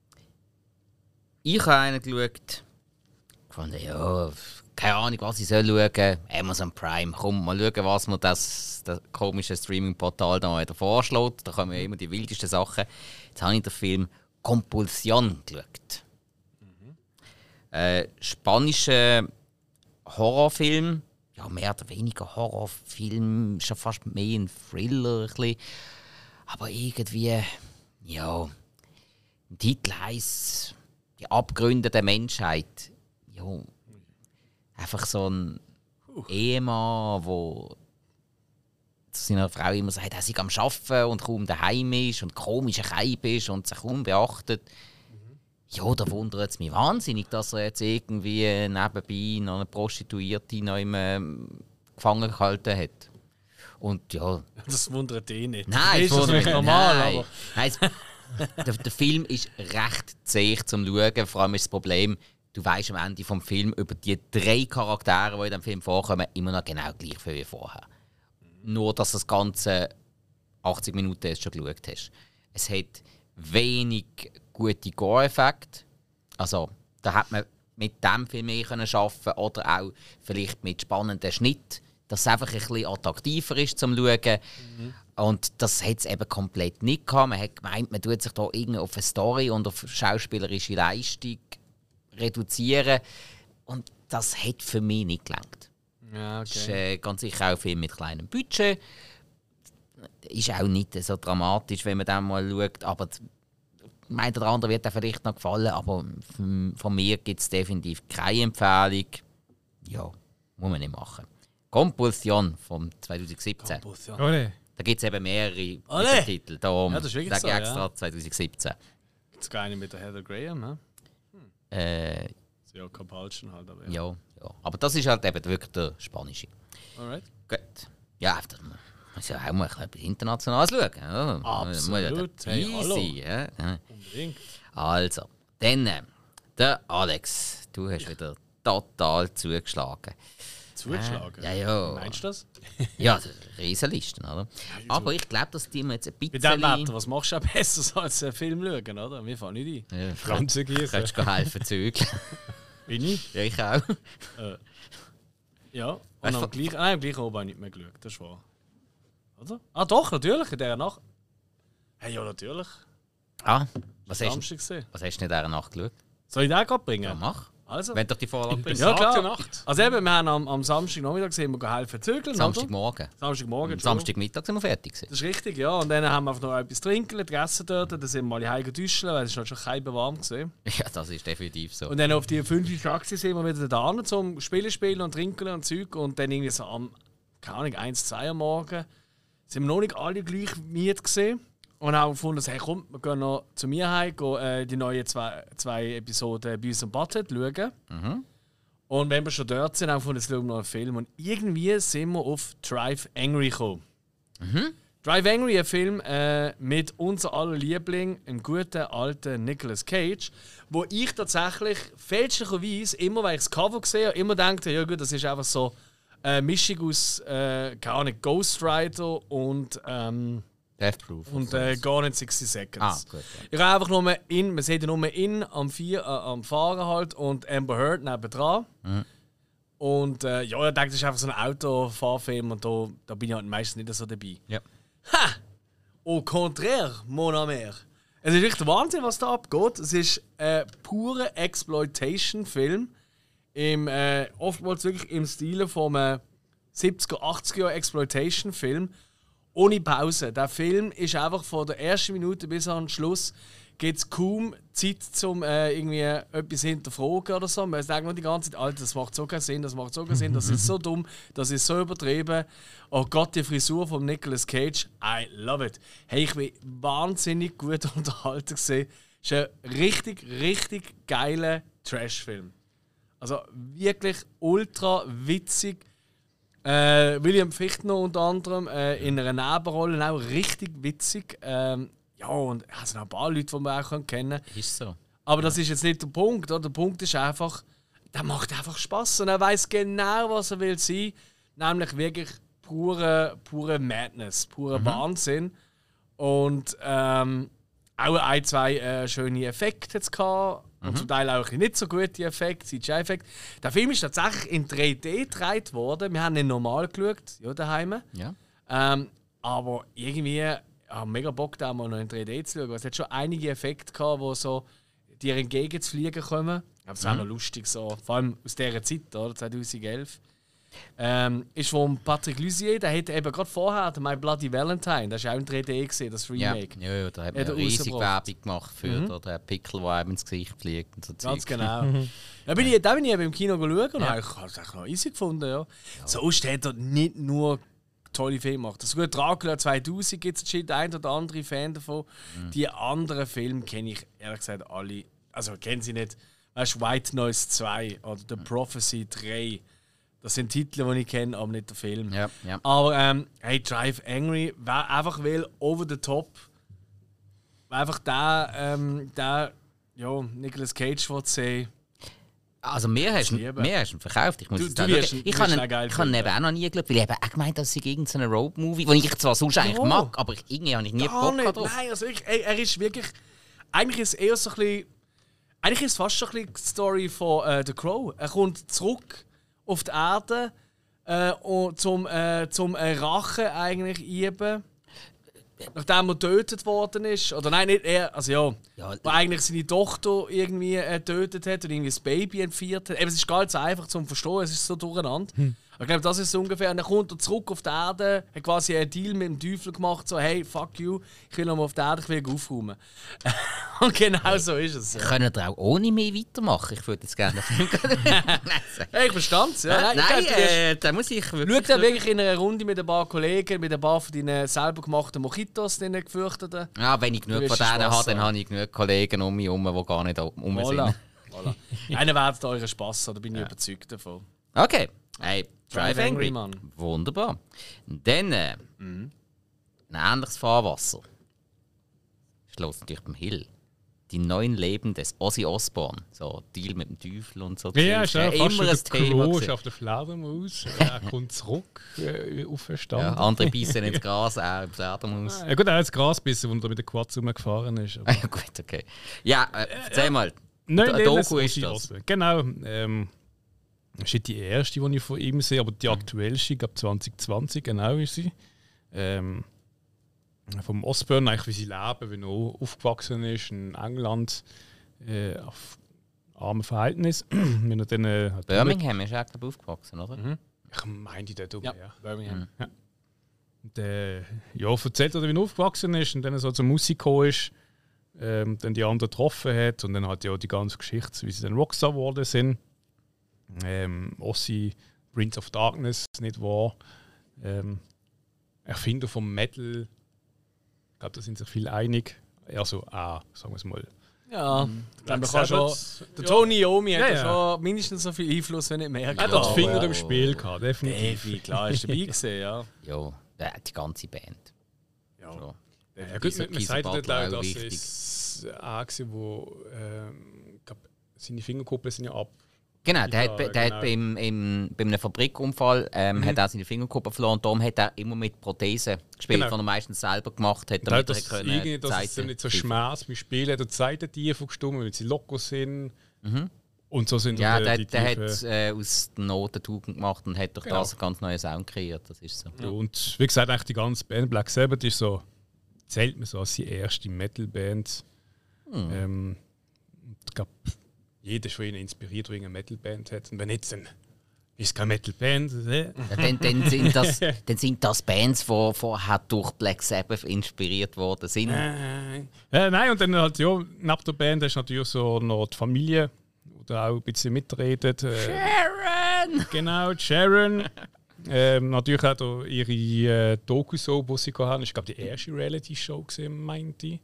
ich habe einen geschaut. Gefunden, ja, keine Ahnung, was ich soll schauen. Amazon Prime, komm, mal schauen, was mir das, das komische Streaming-Portal da wieder vorschlägt. Da kommen ja immer die wildesten Sachen. Jetzt habe ich den Film Compulsion geschaut. Mhm. Äh, spanischer Horrorfilm. Ja, mehr oder weniger Horrorfilm. Schon fast mehr ein Thriller. Ein bisschen. Aber irgendwie, ja, im Titel heisst die Abgründe der Menschheit. Ja, einfach so ein uh. Ehemann, der zu seiner Frau immer sagt, er sei am Arbeiten und kaum daheim ist und komisch Keib ist und sich kaum beachtet. Mhm. Ja, da wundert es mich wahnsinnig, dass er jetzt irgendwie nebenbei noch eine Prostituierte noch im, ähm, gefangen gehalten hat. Und ja... Das wundert eh nicht. Nein, das ist das nicht normal, nein. aber... Nein, der, der Film ist recht zäh zum Schauen. Vor allem ist das Problem, du weißt am Ende des Films über die drei Charaktere, die in diesem Film vorkommen, immer noch genau gleich viel wie vorher. Mhm. Nur, dass das Ganze achtzig Minuten erst schon geschaut hast. Es hat wenig gute Gore-Effekte. Also, da hat man mit dem Film mehr können arbeiten oder auch vielleicht mit spannenden Schnitt, dass es einfach ein bisschen attraktiver ist zum Schauen. Mhm. Und das hat es eben komplett nicht gehabt. Man hat gemeint, man tut sich da irgendwie auf eine Story und auf schauspielerische Leistung reduzieren. Und das hat für mich nicht gelangt. Ja, okay. Das ist äh, ganz sicher auch ein Film mit kleinem Budget. Ist auch nicht so dramatisch, wenn man dann mal schaut. Aber mein oder andere wird dann vielleicht noch gefallen. Aber von mir gibt es definitiv keine Empfehlung. Ja, muss man nicht machen. Compulsion vom zwanzig siebzehn. Compulsion. Ole. Da gibt es eben mehrere Ole. Titel. Darum Ja, das ist wirklich sage ich so, extra ja. zwanzig siebzehn. Gibt's gar nicht mit der Heather Graham, hä? Äh, Ja, Compulsion halt, aber ja. ja, ja. Aber das ist halt eben wirklich der spanische. Alright. Gut. Ja, das muss ja auch mal etwas Internationales schauen. Ja. Absolut. Muss ja Hey, dabei hallo. sein, ja. Ja. Unbedingt. Also, dann äh, der Alex. Du hast wieder total zugeschlagen. Zugeschlagen? Ja, ja. Meinst du das? Ja, das ist eine Riesenliste, oder? Aber ich glaube, dass die mir jetzt ein Bei bisschen... diesem Wetter, was machst du auch besser als einen Film schauen, oder? Mir fällt nicht ein. Ja, Pflanzen gießen. könntest du helfen zügeln. Bin ich? Ja, ich auch. Ja. Und Weißt du, am gleichen, nein, am gleichen Abend habe ich nicht mehr geschaut, das ist wahr. Oder? Ah doch, natürlich, in dieser Nacht. Hey, ja, natürlich. Ah, was hast, Samstag gesehen. was hast du in dieser Nacht geschaut? Soll ich den gerade bringen? Ja, mach. Also. Wenn doch die Vorlage bringst. Ja, klar. Besagte Nacht. Also eben, wir haben am, am Samstagnachmittag gesehen, wir gehen helfen zügeln, oder? Samstagmorgen. Samstagmorgen, Am Entschuldigung. Samstagmittag sind wir fertig gewesen. Das ist richtig, ja. Und dann haben wir einfach noch etwas trinken, gegessen dort. Dann sind wir alle heim geduschen, weil es war schon kein warm gewesen. Ja, das ist definitiv so. Und dann auf die fünf Taxi sind wir wieder da hin, zum Spielen spielen und trinken und Zeug. Und dann irgendwie so am, keine Ahnung, eins, zwei am Morgen sind wir noch nicht alle gleich müde gesehen. Und haben gefunden, hey komm, wir gehen noch zu mir heim, gehen, äh, die neuen zwei, zwei Episoden bei uns im Butthead schauen. Mhm. Und wenn wir schon dort sind, haben wir gefunden, jetzt schauen wir noch einen Film. Und irgendwie sind wir auf Drive Angry gekommen. Mhm. Drive Angry, ein Film äh, mit unser aller Liebling, einem guten alten Nicolas Cage, wo ich tatsächlich fälschlicherweise, immer wenn ich das Cover sehe, immer denke, ja gut, das ist einfach so eine Mischung aus, äh, keine Ahnung, Ghost Rider und, ähm, Death Proof. und äh, Gone in sixty Seconds. Ah, gut. Ja. Ich habe einfach nur in, man sieht ja nur in am, vier, äh, am Fahren halt und Amber Heard nebendran. Mhm. Und äh, ja, ich denke, das ist einfach so ein Autofahrfilm und da, da bin ich halt meistens nicht so dabei. Ja. Ha! Au contraire, mon ami. Es ist echt der Wahnsinn, was da abgeht. Es ist ein purer Exploitation-Film. Im, äh, oftmals wirklich im Stil von einem siebziger, achtziger Exploitation-Film. Ohne Pause. Der Film ist einfach von der ersten Minute bis an den Schluss gibt es kaum Zeit, um äh, irgendwie etwas hinterfragen oder so. Man sagt nur die ganze Zeit, Alter, das macht so keinen Sinn, das macht so keinen Sinn, das ist so dumm, das ist so übertrieben. Oh Gott, die Frisur von Nicolas Cage, I love it. Hey, ich bin wahnsinnig gut unterhalten gesehen. Es ist ein richtig, richtig geiler Trash-Film. Also wirklich ultra witzig. Äh, William Fichtner unter anderem äh, in einer Nebenrolle auch richtig witzig. Ähm, ja, und es sind auch ein paar Leute, die man auch kennen können. Ist so. Aber das ist jetzt nicht der Punkt. Oder? Der Punkt ist einfach, der macht einfach Spaß und er weiß genau, was er will sein. Nämlich wirklich pure, pure Madness, pure mhm. Wahnsinn. Und ähm, auch ein, zwei äh, schöne Effekte jetzt gehabt. Und mhm. zum Teil auch nicht so gute Effekte, C G I-Effekte. Der Film ist tatsächlich in drei D gedreht worden. Wir haben ihn normal geschaut, ja, daheim. Ja. Ähm, aber irgendwie, ich habe mega Bock, da mal noch in drei D zu schauen. Es hat schon einige Effekte gehabt, die so dir entgegen zu fliegen kommen. Das ist mhm. auch noch lustig, so. Vor allem aus dieser Zeit, oder? zwanzig elf. Ähm, ist von Patrick Lussier, der hat eben gerade vorher My Bloody Valentine, das war auch in drei D gesehen, das Remake. Ja, ja, da hat man Hat er riesig rausgebracht. Werbung gemacht für Mhm. den Pickel, der einem ins Gesicht fliegt und so Ganz Zeug. genau. Da bin ich, da bin ich eben im Kino geschaut und Ja. habe ich habe es echt noch easy gefunden. Ja. Ja. Sonst hat er nicht nur tolle Filme gemacht. Das gute Dracula zweitausend gibt es der ein oder andere Fan davon. Mhm. Die anderen Filme kenne ich ehrlich gesagt alle. Also kennen sie nicht. Weißt du, White Noise zwei oder The Prophecy drei. Das sind Titel, die ich kenne, aber nicht der Film. Ja, ja. Aber ähm, hey, Drive Angry war einfach will over the top. Einfach der, ähm, der ja, Nicolas Cage will sehen. Also mir hast, liebe. mir hast du ihn verkauft. Ich muss Du- jetzt du sagen, wirst- ich du habe wirst ihn, ihn geil ich habe ihn finden. eben auch noch nie geschaut, weil ich eben auch gemeint, dass es irgendein Road-Movie, den ich zwar sonst eigentlich Ja. mag, aber ich, irgendwie habe ich nie Gar Bock nicht. drauf. Nein, also wirklich, ey, er ist wirklich. Eigentlich ist es eher so ein bisschen. Eigentlich ist es fast schon ein bisschen die Story von äh, The Crow. Er kommt zurück auf die Erde äh, und zum, äh, zum äh, Rache eigentlich üben. Nachdem er getötet worden ist. Oder nein, nicht er. Also ja. Ja, wo eigentlich seine Tochter irgendwie äh, getötet hat und irgendwie das Baby entführt hat. Eben, es ist ganz einfach zum Verstehen, es ist so durcheinander. Ich glaube, das ist so ungefähr. Und dann kommt er zurück auf die Erde, hat quasi einen Deal mit dem Teufel gemacht, so hey, fuck you, ich will nochmal auf die Erde, ich will aufräumen. Und genau hey, so ist es. Ja. Können wir auch ohne mich weitermachen? Ich würde jetzt gerne einen Film Hey, ich verstand es. Ja. Nein, Nein glaub, äh, da muss ich wirklich... Schau dir wirklich in einer Runde mit ein paar Kollegen, mit ein paar von deinen selber gemachten Mojitos, den gefürchteten. Ja, wenn ich genug von denen habe, dann habe ich genug Kollegen um mich herum, die gar nicht um voilà. sind. Voilà. Einer wird euren Spass haben, da bin ich ja. überzeugt davon. Okay. Hey, Drive, Drive Angry. Mann. Wunderbar. Dann äh, mhm. ein ähnliches Fahrwasser. Schloss natürlich beim Hill. Die neuen Leben des Ozzy Osbourne. So Deal mit dem Teufel und so. Ja, ist ja immer ein Thema. Klo auf der Fledermaus. Er kommt zurück, äh, auferstanden. Ja, andere bissen ins Gras, er im Fledermaus. Ja gut, er hat das Gras bissen, wo er mit der Quads rumgefahren ist. Ja gut, okay. Ja, äh, erzähl ja. mal. Nein, D- Doku ist das. Osbourne. Genau. Ähm, das ist nicht die erste, die ich von ihm sehe, aber die aktuellste, ich glaube zwanzig zwanzig, genau ist sie. Ähm, vom Osbourne, eigentlich wie sie leben, wie er aufgewachsen ist in England, äh, auf armen Verhältnis. Wenn er dann, äh, Birmingham ist er aufgewachsen, oder? Mhm. Ich meine die dort oben, ja. ja. Birmingham. Mhm. Ja. Und, äh, ja, erzählt er, wie er aufgewachsen ist und dann so zur Musik gekommen ist, ähm, dann die anderen getroffen hat und dann hat ja die ganze Geschichte, wie sie dann Rockstar geworden sind. Ähm, Ozzy, Prince of Darkness, nicht wahr? Ähm, Erfinder vom Metal. Ich glaube, da sind sich viele einig. Also, ah, sagen wir es mal. Ja, mhm. ich glaube, man kann schon. Der Tony Iommi hat ja, ja. schon mindestens so viel Einfluss, wenn nicht mehr. Er hat das Finger im Spiel gehabt, definitiv. Defi, klar, ist dabei gewesen, ja. Ja, die ganze Band. Ja, so. Ja gut, man, man sagt auch, dass es auch war, wo ähm, glaub, seine Fingerkuppel sind ja ab. Genau, der ja, hat, der genau. hat beim, im, bei einem Fabrikunfall ähm, mhm. hat er seine Fingerkuppe verloren und darum hat er immer mit Prothesen gespielt, genau. die er meistens selber gemacht hat, damit das er können dass es nicht so Schmerz beim Spielen hat, er Zeiten tiefer gestummt, weil sie locker sind. Mhm. Und so sind ja, die, der, die der hat äh, aus den Noten Tugend gemacht und hat durch genau. das einen ganz neuen Sound kreiert. Das ist so. Ja. Und wie gesagt, eigentlich die ganze Band Black Sabbath ist so, zählt man so als die erste Metal-Band. Mhm. Ähm, ich glaube, jeder von ihnen inspiriert, der eine Metal-Band hat. Und wenn jetzt dann ist keine Metal-Band. Ja, dann, dann, sind das, dann sind das Bands, die vorher durch Black Sabbath inspiriert worden sind. Äh, äh, nein, und dann halt, ja, neben der Band ist natürlich so noch die Familie, die da auch ein bisschen mitredet. Äh, Sharon! Genau, Sharon. ähm, natürlich auch da ihre äh, Doku-Soap, die sie haben. Ich glaube, die erste Reality-Show gesehen, meinte ich.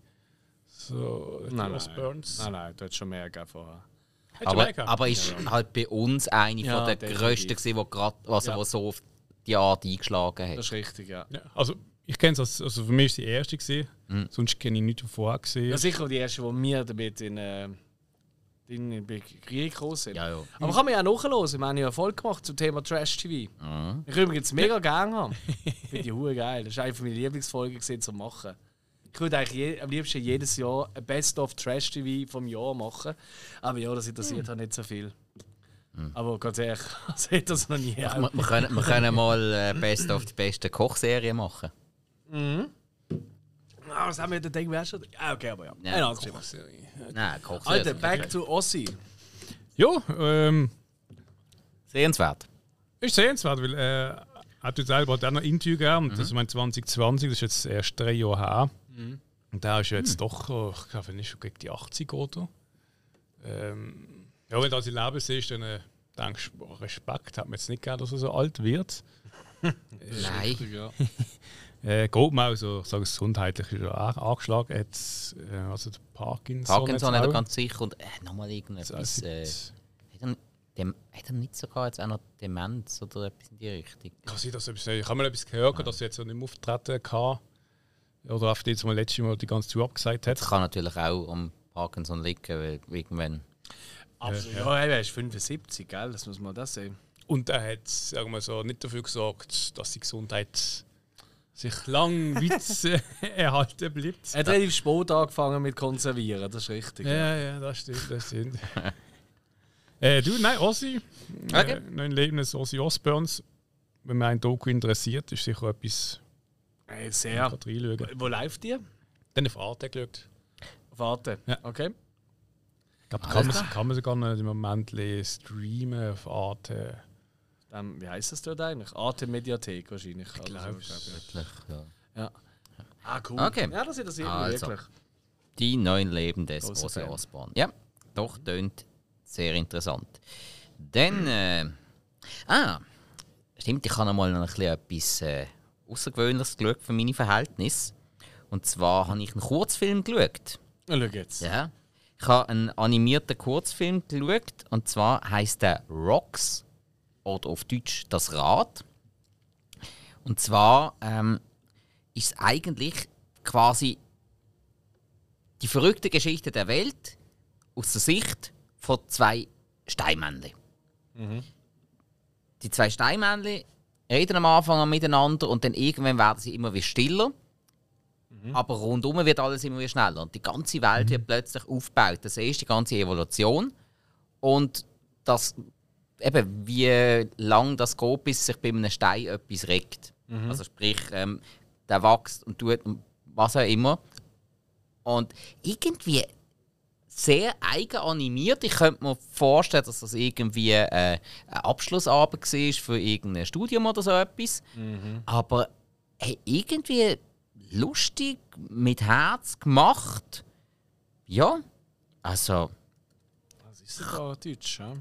So, nein, nein, nein, nein, du hast schon mehr gegeben vorher. Aber, aber ist ja. halt bei uns eine ja, von der grössten gewesen, die gerade also ja. so auf die Art eingeschlagen hat. Das ist richtig, ja. ja also ich kenne es, als, also für mich war es die erste gewesen. Mhm. Sonst kenne ich nichts vorher gesehen. Ja, sicher die erste, die wir damit in, äh, in, in Krieg gekommen sind. Ja, ja. Aber kann man ja nachhören. Wir haben ja Erfolg gemacht zum Thema Trash-T V. Mhm. Ich würde übrigens mega gerne haben. Ich finde die Hure geil. Das war eine meiner Lieblingsfolgen gewesen, zu machen. Ich würde eigentlich je, am liebsten jedes Jahr ein Best-of Trash-T V vom Jahr machen. Aber ja, das interessiert halt nicht so viel. Mm. Aber ganz ehrlich, das hätte das noch nie. Wir, wir, können, wir können mal äh, Best-of die beste Kochserie machen. Mhm. Ah, was haben wir denn gedacht? Schon? Ah, okay, aber ja. ja eine andere Kochserie. Nein, Kochserie. Alter, back okay. to Ozzy. Ja, ähm. Sehenswert. Ist sehenswert, weil äh, hat du selber auch noch Interview gegeben. Mhm. Das ist mein zwanzig zwanzig, das ist jetzt erst drei Jahre her. Mhm. Und der ist jetzt mhm. doch, ich glaube, nicht schon gegen die achtzig oder. Ähm, ja, wenn du das im Leben siehst, dann äh, denkst du, boah, Respekt, hat man jetzt nicht gern, dass er so alt wird. Nein. Richtig, ja. äh, geht mir auch so, ich sage gesundheitlich, ist er auch angeschlagen. Hat, äh, also der Parkinson. Parkinson hat er ganz sicher und äh, nochmal irgendetwas. Äh, Dem, hat er nicht sogar jetzt auch noch Demenz oder etwas in die Richtung? Kann sein, dass etwas, ich habe mal etwas gehört, ja. dass er jetzt nicht mehr auftreten kann. Oder auf jetzt mal letztes Mal die ganze Tour abgesagt hat. Das kann natürlich auch am Parkinson liegen, weil irgendwann. Absolut. Ja, er ist fünfundsiebzig, gell? Das muss man das sehen. Und er hat, sagen wir so, nicht dafür gesorgt, dass die Gesundheit sich lang weit erhalten bleibt. Er hat relativ spät angefangen mit Konservieren, das ist richtig. Ja, ja, ja das stimmt, das stimmt. Äh, du, nein, Ozzy. Okay. Äh, neun Leben des Ozzy Osbournes. Wenn man ein Doku interessiert, ist sicher etwas. Äh, sehr. Wo läuft die? Dann auf Arte geschaut. Auf Arte? Ja. Okay. Ich glaube, kann, kann man sogar noch im Moment streamen auf Arte. Ähm, wie heisst das dort eigentlich? Arte Mediathek wahrscheinlich. Ich glaube, Wirklich, ja. Ja. Ah, cool. Okay. Ja, das interessiert mich Also. wirklich. Die neuen Leben des Großer Ozzy Fan. Osbourne. Ja, doch, tönt sehr interessant. Dann, äh, ah, stimmt, ich habe noch mal noch ein bisschen etwas äh, Außergewöhnliches geschaut für meine Verhältnisse. Und zwar habe ich einen Kurzfilm geschaut. Na, schau jetzt. Ja. Ich habe einen animierten Kurzfilm geschaut. Und zwar heisst der Rocks. Oder auf Deutsch Das Rad. Und zwar ähm, ist es eigentlich quasi die verrückte Geschichte der Welt aus der Sicht von zwei Steinmännchen. Mhm. Die zwei Steinmännchen reden am Anfang miteinander und dann irgendwann werden sie immer wie stiller. Mhm. Aber rundum wird alles immer wie schneller. Und die ganze Welt mhm. wird plötzlich aufgebaut. Das ist die ganze Evolution. Und das, eben, wie lange das geht, bis sich bei einem Stein etwas regt. Mhm. Also sprich, ähm, der wächst und tut was auch immer. Und irgendwie sehr eigen animiert. Ich könnte mir vorstellen, dass das irgendwie äh, ein Abschlussabend war für irgendein Studium oder so etwas. Mhm. Aber hey, irgendwie lustig, mit Herz gemacht. Ja, also... Das ist sogar Deutsch, ja?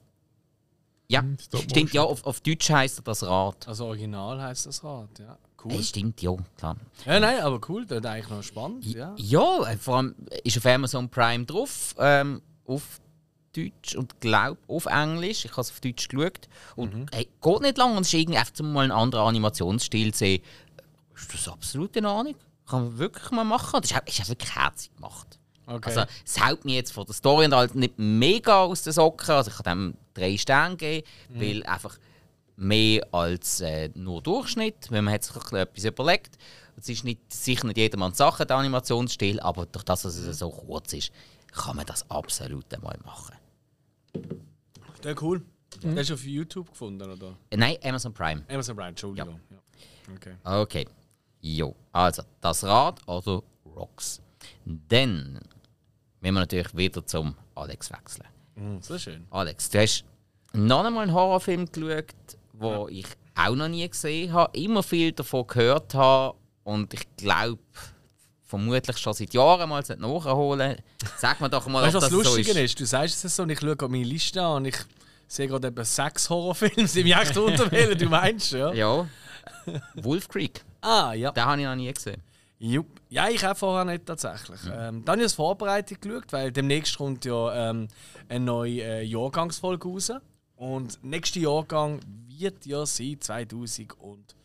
Ja, Mhm, stimmt, ja, auf, auf Deutsch heisst er Das Rad. Also original heisst das Rad, ja. Cool. Hey, stimmt, ja, klar. Ja, nein, aber cool, das ist eigentlich noch spannend. Ja, ja vor allem ist auf Amazon Prime drauf, ähm, auf Deutsch und glaube auf Englisch. Ich habe es auf Deutsch geschaut. Und mhm. hey, geht nicht lang und es ist irgendwie einfach mal einen anderen Animationsstil zu sehen. Ist das absolut in Ordnung? Kann man wirklich mal machen. Das ist, ist wirklich herzig gemacht. Okay. Also, es hält mich jetzt von der Story und halt nicht mega aus den Socken. Also, ich kann dem drei Sterne geben, mhm. weil einfach mehr als äh, nur Durchschnitt, weil man hat sich ein bisschen etwas überlegt. Es ist nicht, sicher nicht jedermanns Sache, der Animationsstil, aber durch das, dass es so kurz ist, kann man das absolut einmal machen. Ja, cool. Mhm. Das hast du auf YouTube gefunden, oder? Äh, nein, Amazon Prime. Amazon Prime, Entschuldigung. Ja. Ja. Okay. Okay. Jo, also Das Rad oder Rocks. Dann müssen wir natürlich wieder zum Alex wechseln. Mhm, sehr schön. Alex, du hast noch einmal einen Horrorfilm geschaut, den ja. ich auch noch nie gesehen habe, immer viel davon gehört habe und ich glaube, vermutlich schon seit Jahren mal nachholen. Sag mir doch mal, weißt, ob was das das Lustige so ist. ist. Du sagst es so und ich schaue meine Liste an und ich sehe gerade etwa sechs Horrorfilme, die mich echt unterwählen, du meinst, ja? Ja. Wolf Creek. Ah, ja. Den habe ich noch nie gesehen. Jupp. Ja, ich auch vorher nicht tatsächlich. Mhm. Ähm, dann habe ich als Vorbereitung geschaut, weil demnächst kommt ja ähm, eine neue äh, Jahrgangsfolge raus. Und der nächste Jahrgang wird ja sein zweitausendfünf.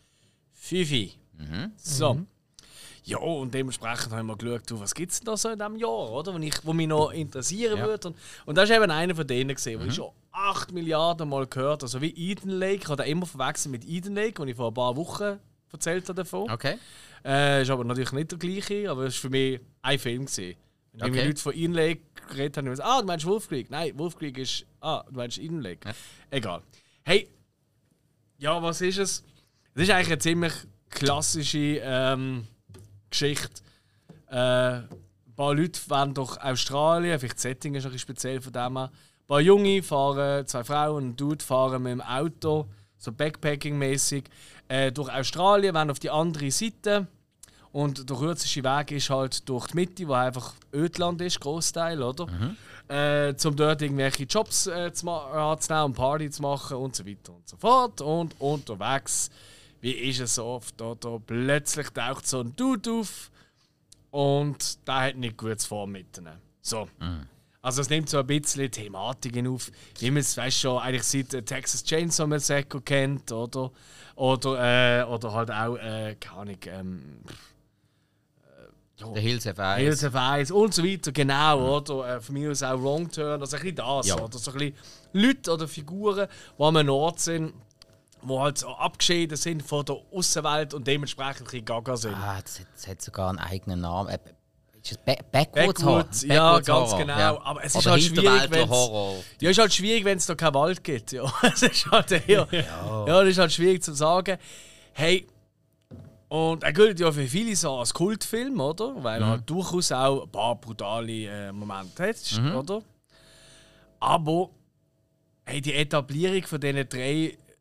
Mhm. So. Mhm. Ja, und dementsprechend habe ich mal geschaut, du, was gibt es denn da so in diesem Jahr, oder? Wo, ich, wo mich noch interessieren ja. würde. Und, und das ist eben einer von denen gesehen, mhm. wo ich schon acht Milliarden Mal gehört habe. Also wie Eden Lake. Ich habe den immer verwechselt mit Eden Lake, den ich vor ein paar Wochen erzählt habe davon. Okay. Äh, ist aber natürlich nicht der gleiche, aber es war für mich ein Film. Gewesen. Wenn okay. Leute von Eden Lake geredet haben, haben gesagt, ah, du meinst Wolf Creek? Nein, Wolf Creek ist, ah, du meinst Eden Lake. Ja. Egal. Hey, ja, was ist es? Es ist eigentlich eine ziemlich klassische ähm, Geschichte. Äh, ein paar Leute fahren durch Australien, vielleicht das Setting ist ein bisschen speziell von dem her. Ein paar Junge fahren, zwei Frauen und ein Dude fahren mit dem Auto, so Backpacking-mäßig, äh, durch Australien, wollen auf die andere Seite. Und der kürzeste Weg ist halt durch die Mitte, wo einfach Ödland ist, Großteil, oder? Mhm. Äh, um dort irgendwelche Jobs äh, zu anzunehmen und Party zu machen und so weiter und so fort. Und unterwegs, wie ist es so oft, da, da plötzlich taucht so ein Dude auf und der hat nicht gut vor mitnehmen. So. Mhm. Also es nimmt so ein bisschen Thematiken auf, wie man es weißt, schon eigentlich seit äh, Texas Chainsaw Massacre kennt, oder? Oder, äh, oder halt auch, äh, keine Ahnung, ähm, ja, The Hills Have Eyes. Hills Have Eyes und so weiter, genau, mhm. oder? Äh, von mir aus auch Wrong Turn, also ein bisschen das, ja. oder? So ein bisschen Leute oder Figuren, die an einem Ort sind, die halt so abgeschieden sind von der Außenwelt und dementsprechend ein bisschen gaga sind. Ah, das hat, das hat sogar einen eigenen Namen. Äh, Back Backwoods, Backwoods Horror. Ja, Backwoods ganz Horror. genau. Ja. Aber es ist halt schwierig, wenn Horror. Ja, ist halt schwierig, wenn es da keinen Wald gibt. Ja, es ist halt eher, ja. ja, das ist halt schwierig zu sagen. Hey, und er gilt ja für viele so als Kultfilm, oder? Weil er mhm. halt durchaus auch ein paar brutale äh, Momente hat, mhm. oder? Aber hey, die Etablierung von diesen drei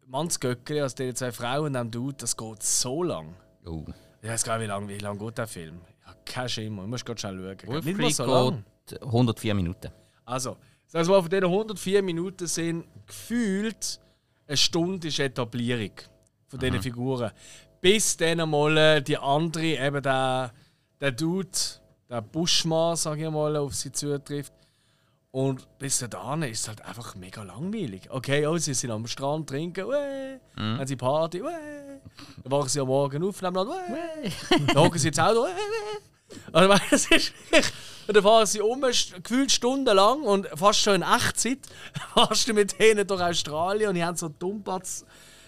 Mannsgöckli, also die zwei Frauen und dem Dude, das geht so lang. Oh. Ich weiß gar nicht, wie lange wie lang geht der Film. Ich habe keinen Schimmer, ich muss gerade schnell schauen. Wolf Nicht mal Creek so lang. geht hundertvier Minuten. Also, das heißt, von diesen hundertvier Minuten sind gefühlt eine Stunde ist Etablierung von diesen Figuren. Bis dann einmal die andere, eben der, der Dude, der Buschmann, sage ich mal, auf sie zutrifft. Und bis dahin ist es halt einfach mega langweilig. Okay, oh, sie sind am Strand trinken, uäh, mhm. haben sie Party, uäh. Dann wachen sie am Morgen auf, nehmen dann, uäh. Dann hocken sie ins Auto, uäh. Also, das ist wirklich. Und dann fahren sie um, gefühlt stundenlang und fast schon in Echtzeit. Fast mit denen durch Australien und die haben so Dummplatz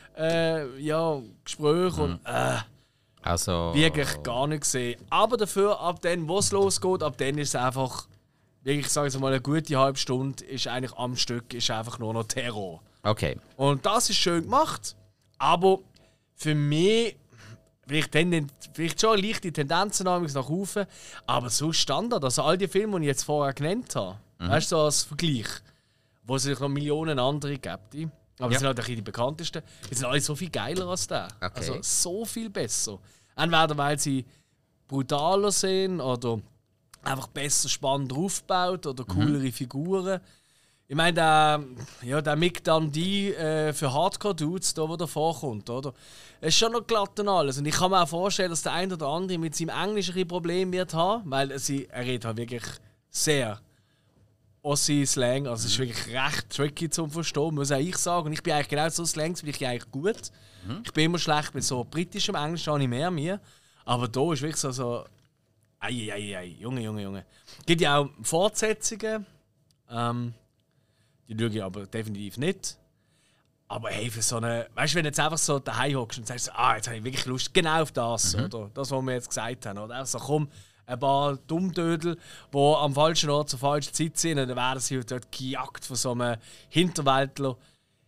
äh, ja, Gespräche und äh, also, wirklich gar nicht gesehen. Aber dafür, ab dann, wo es losgeht, ab dann ist es einfach, wirklich, ich sage jetzt mal, eine gute halbe Stunde ist eigentlich am Stück ist einfach nur noch Terror. Okay. Und das ist schön gemacht, aber für mich Vielleicht, tenden, vielleicht schon leichte Tendenzen nach oben, aber so Standard. Also all die Filme, die ich jetzt vorher genannt habe, mhm. weißt du, so als Vergleich, wo es noch Millionen andere gibt, aber ja. Das sind halt die bekanntesten, die sind alle so viel geiler als der. Okay. Also so viel besser. Entweder weil sie brutaler sind oder einfach besser spannend aufgebaut oder coolere mhm. Figuren. Ich meine, der, ja, der Mick Dundee äh, für Hardcore-Dudes, da, wo der vorkommt, oder? Es ist schon noch glatt und alles. Und ich kann mir auch vorstellen, dass der eine oder andere mit seinem Englisch ein Problem wird haben, weil sie, er redet halt wirklich sehr Ossi-Slang. Also es ist wirklich recht tricky zum Verstehen, muss auch ich sagen. Und ich bin eigentlich genau so Slangs, bin ich eigentlich gut. Mhm. Ich bin immer schlecht mit so britischem Englisch, habe ich mehr mir. Aber da ist wirklich so, so ei, ei, ei, Junge, Junge, Junge. Es gibt ja auch Fortsetzungen. Ähm, Die schaue ich aber definitiv nicht. Aber hey, für so eine. Weißt du, wenn du jetzt einfach so daheim hockst und sagst, ah, jetzt habe ich wirklich Lust genau auf das, mhm. oder? Das, was wir jetzt gesagt haben. Oder also komm, ein paar Dummdödel, die am falschen Ort zur falschen Zeit sind, und dann werden sie dort gejagt von so einem Hinterwäldler.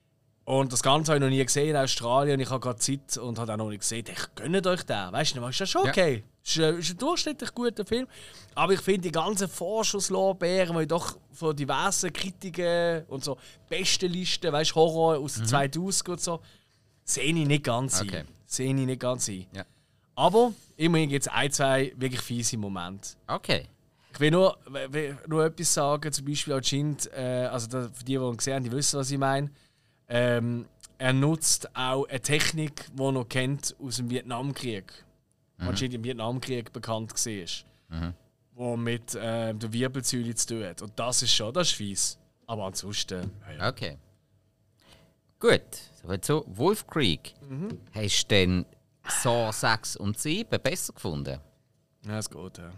Und das Ganze habe ich noch nie gesehen in Australien. Ich habe gerade Zeit und habe auch noch nicht gesehen. Ich gönne euch den. Weißt du, dann ist das schon okay. Ja. Es ist, ist ein durchschnittlich guter Film. Aber ich finde die ganzen Vorschusslorbeeren, die doch von diversen Kritiken und so Bestenlisten, weißt du, Horror aus den mhm. zweitausend und so, sehe ich nicht ganz okay. ein. Sehe ich nicht ganz ein. Ja. Aber immerhin gibt es ein, zwei wirklich fiese Momente. Okay. Ich will nur, will nur etwas sagen, zum Beispiel anscheinend, äh, also da, für die, die ihn gesehen haben, die wissen, was ich meine. Ähm, er nutzt auch eine Technik, die er noch kennt aus dem Vietnamkrieg. Mhm. Anscheinend im Vietnamkrieg bekannt war. Mhm. Wo mit äh, der Wirbelsäule zu tun hat. Und das ist schon, das ist fies. Aber ansonsten. Ja. Okay. Gut, soweit so. Wolf Creek. Mhm. Hast du denn Saw sechs und sieben besser gefunden? Ja, es geht, ja.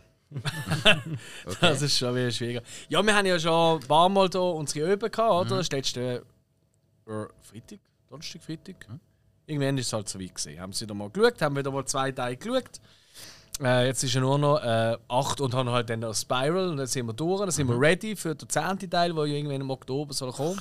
Okay. Das ist schon wieder schwieriger. Ja, wir haben ja schon ein paar Mal hier unsere Öben gehabt, oder? Mhm. Das letzte äh, Freitag, Donnerstag, Freitag. Mhm. Irgendwann ist es halt so weit gewesen. Haben sie wieder mal geschaut, haben wieder mal zwei Teile geschaut. Äh, jetzt ist ja nur noch äh, acht und haben halt dann noch Spiral und dann sind wir durch. Dann sind mhm. wir ready für den zehnten Teil, der ja irgendwann im Oktober soll kommen.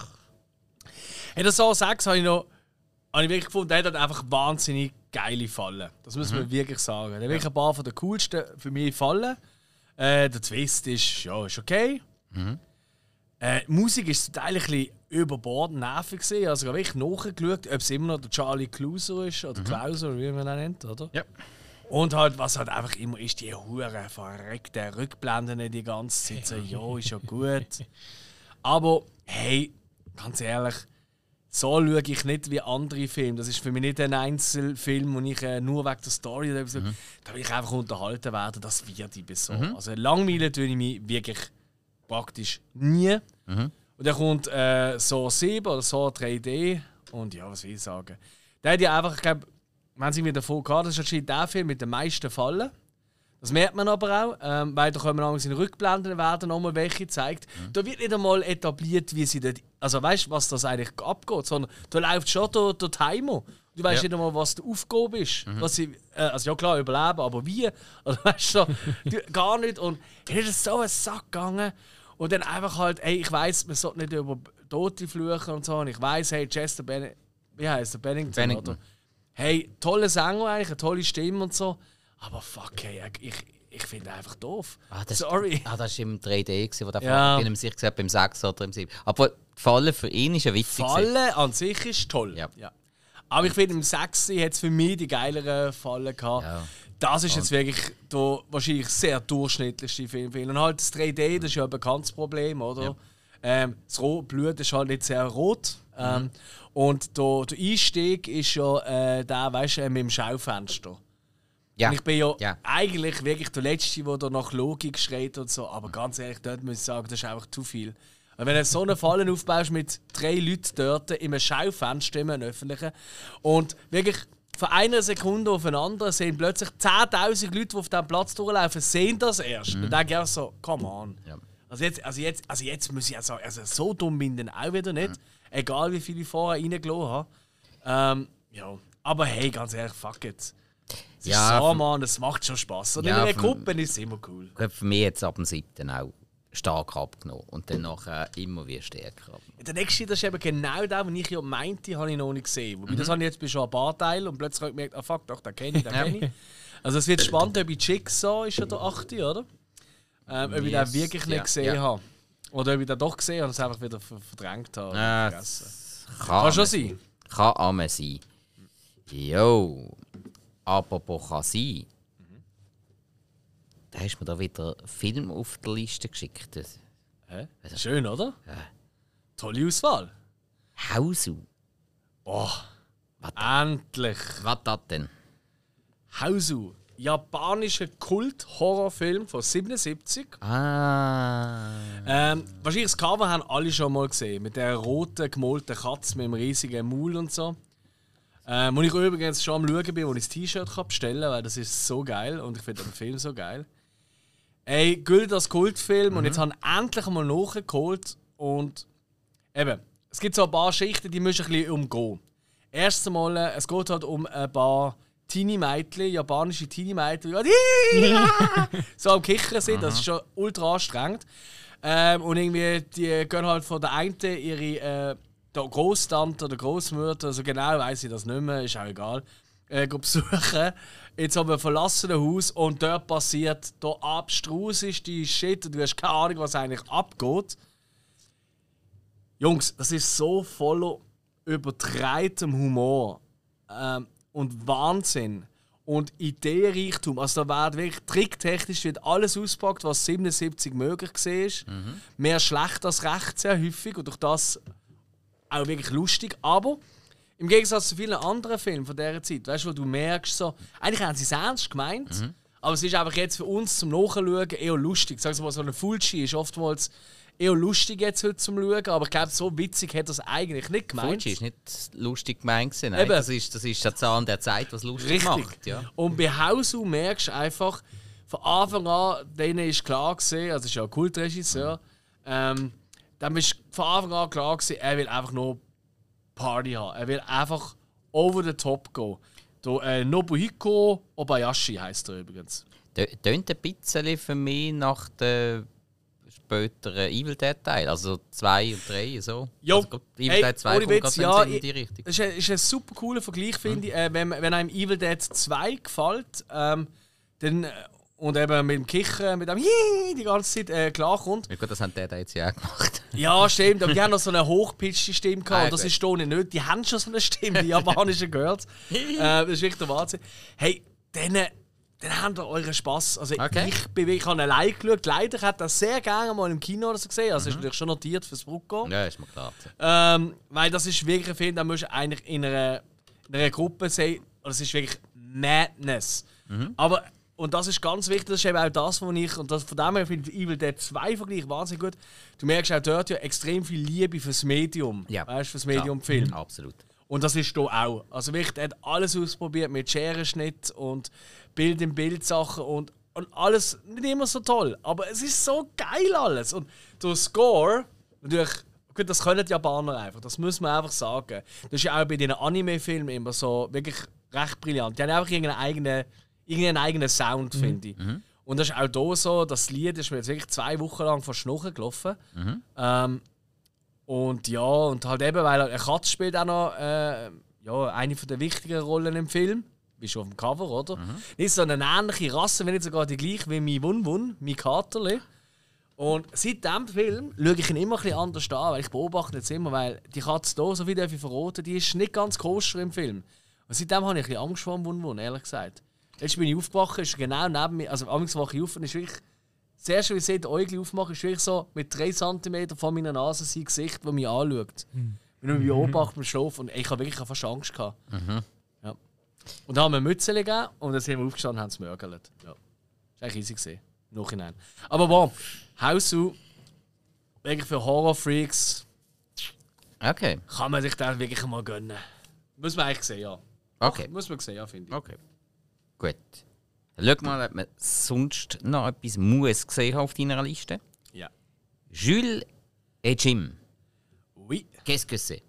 Hey, das Saw sechs habe ich noch habe ich wirklich gefunden, der hat einfach wahnsinnig geile Fallen. Das muss man mhm. wirklich sagen. Der hat wirklich ein paar von den coolsten für mich Fallen. Äh, der Twist ist, ja, ist okay. Mhm. Äh, die Musik ist zum Teil ein bisschen überbordend nervig gewesen. Also ich habe wirklich nachgeschaut, ob es immer noch der Charlie Clouser ist oder mhm. Clouser, wie man ihn nennt, oder? Ja. Und halt, was halt einfach immer ist, die hure verreckten Rückblenden die ganze Zeit. So, ja, ist ja gut. Aber hey, ganz ehrlich, so schaue ich nicht wie andere Filme. Das ist für mich nicht ein Einzelfilm, wo ich äh, nur wegen der Story oder so, mhm. da will ich einfach unterhalten werden. Das wird ich bis so. Mhm. Also langweilen tue ich mich wirklich praktisch nie. Mhm. Und dann kommt äh, Saw sieben oder Saw drei D. Und ja, was will ich sagen? Der hat ja einfach, ich glaube, wenn sie mir davon gehabt, das ist anscheinend der Film mit den meisten Fallen. Das merkt man aber auch, ähm, weil da kommen wir in Rückblenden werden nochmal welche gezeigt. Mhm. Da wird nicht einmal etabliert, wie sie dort, also weißt du, was das eigentlich abgeht, sondern da läuft schon der, der Timer. Du weißt ja. nicht einmal, was die Aufgabe ist. Mhm. Was sie, äh, also ja klar, überleben, aber wie? Also, weißt du, du, gar nicht. Und dann ist es so ein Sack gegangen. Und dann einfach halt, ey, ich weiss, man sollte nicht über Tote fluchen und so. Und ich weiss, hey, Chester Bennington, wie heißt der? Bennington, Bennington, oder? Hey, toller Sänger eigentlich, eine tolle Stimme und so. Aber fuck, hey, ich, ich finde einfach doof. Ah, das, Sorry. Ah, das war im drei D, wo der ja. Film sich gesagt beim sechs oder im sieben. Aber die Falle für ihn ist ja witzig. Falle an sich ist toll. Ja. Ja. Aber ich finde, im sechsten hat es für mich die geileren Fallen gehabt. Ja. Das ist jetzt wirklich der wahrscheinlich sehr durchschnittlichste Film. Und halt das drei D, das ist ja ein bekanntes Problem, oder? Ja. Ähm, das Ro- Blut ist halt nicht sehr rot. Ähm, mhm. Und der, der Einstieg ist ja äh, der, weißt du, äh, mit dem Schaufenster. Ja. Und ich bin ja, ja eigentlich wirklich der Letzte, der da nach Logik schreit und so. Aber ganz ehrlich, dort muss ich sagen, das ist einfach zu viel. Und wenn du so einen Fallen aufbaust mit drei Leuten dort in einem Schaufenster, in einem öffentlichen, und wirklich von einer Sekunde auf eine andere sehen plötzlich zehntausend Leute, die auf diesem Platz durchlaufen, sehen das erst. Mhm. Und dann denke ich so, come on. Ja. Also, jetzt, also, jetzt, also jetzt muss ich auch sagen, also so dumm bin ich dann auch wieder nicht. Mhm. Egal wie viele ich vorher reingelassen habe. Ähm, ja. Aber hey, ganz ehrlich, fuck it. Es ja, ist so, Mann, es macht schon Spass. Und ja, in einer Gruppe ist es immer cool. Für mich jetzt ab dem siebten auch stark abgenommen. Und dann nachher immer wieder stärker. Der nächste, das ist eben genau das, was ich ja meinte, habe ich noch nicht gesehen. Wobei, mhm. das habe ich jetzt bei schon ein paar Teilen und plötzlich habe ich gemerkt, ah fuck, doch, den kenne ich, den kenne ich. Also es wird spannend, ob ich Jigsaw ist ja der achte, oder? Ähm, ob ich yes. den wirklich nicht ja. gesehen ja. habe. Oder ob ich den doch gesehen habe und es einfach wieder verdrängt habe. Äh, kann kann schon sein. Kann einmal sein. Jo. Apropos kann sein. Mhm. Da hast du mir da wieder einen Film auf der Liste geschickt. Hä? Also, schön, oder? Ja. Tolle Auswahl. Hausu. Oh, endlich. Was das denn? Hausu. Japanischer Kult-Horrorfilm von siebenundsiebzig. Ah. Ähm, wahrscheinlich das Cover haben alle schon mal gesehen. Mit der roten, gemalten Katze mit dem riesigen Maul und so. Ähm, wo ich übrigens schon am Schauen bin, wo ich das T-Shirt bestellen kann, weil das ist so geil und ich finde den Film so geil. Ey, gilt als Kultfilm mhm. und jetzt haben wir endlich einmal nachgeholt und eben, es gibt so ein paar Schichten, die müssen ein bisschen umgehen. Erst einmal, es geht halt um ein paar Teenie-Mädchen, japanische Teenie-Mädchen, die so am Kichern sind, das ist schon ultra anstrengend. Ähm, und irgendwie, die gehen halt von der einen ihre äh, Großtante oder Großmutter, also genau weiß ich das nicht mehr, ist auch egal, äh, besuchen. Jetzt haben wir ein verlassenes Haus und dort passiert der abstruseste Shit und du hast keine Ahnung, was eigentlich abgeht. Jungs, das ist so voller übertreibtem Humor ähm, und Wahnsinn und Ideenreichtum. Also da wird wirklich tricktechnisch wird alles ausgepackt, was siebenundsiebzig möglich war. Mhm. Mehr schlecht als recht sehr häufig und durch das auch wirklich lustig. Aber im Gegensatz zu vielen anderen Filmen von dieser Zeit, weißt du, wo du merkst, so, eigentlich haben sie es ernst gemeint, mhm. aber es ist einfach jetzt für uns zum Nachschauen eher lustig. Sag mal, so eine Fulci ist oftmals eher lustig jetzt heute zum Schauen, aber ich glaube, so witzig hat er es eigentlich nicht gemeint. Fulci ist nicht lustig gemeint. Nein, das ist, das ist der Zahn der Zeit, was lustig Richtig. macht. Ja. Und bei Hausu merkst du einfach, von Anfang an, denen ist klar gewesen, also ist ja ein Kultregisseur, mhm. ähm, dann ist von Anfang an klar gewesen, er will einfach nur Party haben. Er will einfach over the top gehen. Der, äh, Nobuhiko Obayashi heisst er übrigens. Tönt ein bisschen für mich nach den späteren Evil Dead Teil, also zwei und drei so. Jo, also, Evil Dead zwei kommt Witz, ja, in die Richtung. Das ist ein, ist ein super cooler Vergleich, finde ich. Äh, wenn, wenn einem Evil Dead zwei gefällt, ähm, dann und eben mit dem Kichern, mit dem Hihi die ganze Zeit äh, klarkommt. Ja gut, das haben die da jetzt ja auch gemacht. Ja, stimmt. Aber die haben noch so eine hochgepitchte Stimme gehabt. Ah, das ist hier nicht. Die haben schon so eine Stimme, die japanischen Girls. äh, das ist wirklich der Wahnsinn. Hey, dann, dann habt ihr euren Spass. Also okay. ich bin wirklich an allein geschaut. Leider hätte das sehr gerne mal im Kino oder so gesehen. Also mhm. ist natürlich schon notiert fürs Brucko. Ja, ist mir klar. Ähm, weil das ist wirklich ein Film, den musst du eigentlich in einer, in einer Gruppe sehen. Das ist wirklich Madness. Mhm. Aber und das ist ganz wichtig, das ist eben auch das, was ich, und das, von dem her finde ich Evil Dead zwei Vergleich wahnsinnig gut. Du merkst auch dort ja extrem viel Liebe fürs Medium. Ja. Weißt du, fürs Medium-Film. Ja, absolut. Und das ist hier auch. Also wirklich, er hat alles ausprobiert mit Scherenschnitt und Bild-in-Bild-Sachen und, und alles nicht immer so toll. Aber es ist so geil alles. Und der Score, natürlich, gut, das können die Japaner einfach, das muss man einfach sagen. Das ist ja auch bei den Anime-Filmen immer so wirklich recht brillant. Die haben einfach irgendeinen eigenen irgendeinen eigenen Sound, finde ich. Mhm. Und das ist auch hier so, das Lied ist mir jetzt wirklich zwei Wochen lang von Schnuchen gelaufen. Mhm. Ähm, und ja, und halt eben, weil eine Katze spielt auch noch äh, ja, eine der wichtigen Rollen im Film. Bist du auf dem Cover, oder? Mhm. Nicht so eine ähnliche Rasse, wenn nicht sogar die gleiche wie mein Wun-Wun, mein Katerli. Und seit diesem Film schaue ich ihn immer ein bisschen anders an, weil ich beobachte jetzt immer, weil die Katze hier, so wie darf ich verraten, die ist nicht ganz koscher im Film. Und seitdem habe ich ein bisschen Angst vor dem Wun-Wun, ehrlich gesagt. Jetzt bin ich aufgewacht, ist genau neben mir, also abends wache ich auf und ist wirklich, das erste, was ich sehe, die Äugel aufmache, ist wirklich so mit drei Zentimeter von meiner Nase sein Gesicht, das mich anschaut. Mhm. Wenn ich mich beobachte beim Schlafen und ich habe wirklich fast Angst gehabt. Mhm. Ja. Und dann haben wir eine Mütze gegeben und dann sind wir aufgestanden und haben es mörgelt. Ja. Das war eigentlich easy gesehen. Im Nachhinein. Aber bon, Hausu, wirklich für Horror-Freaks. Okay. Kann man sich das wirklich mal gönnen. Muss man eigentlich sehen, ja. Okay. Muss man sehen, ja, finde ich. Okay. Gut. Dann schau mal, ob man sonst noch etwas muss gesehen haben auf deiner Liste. Ja. Jules et Jim. Oui. Qu'est-ce que c'est?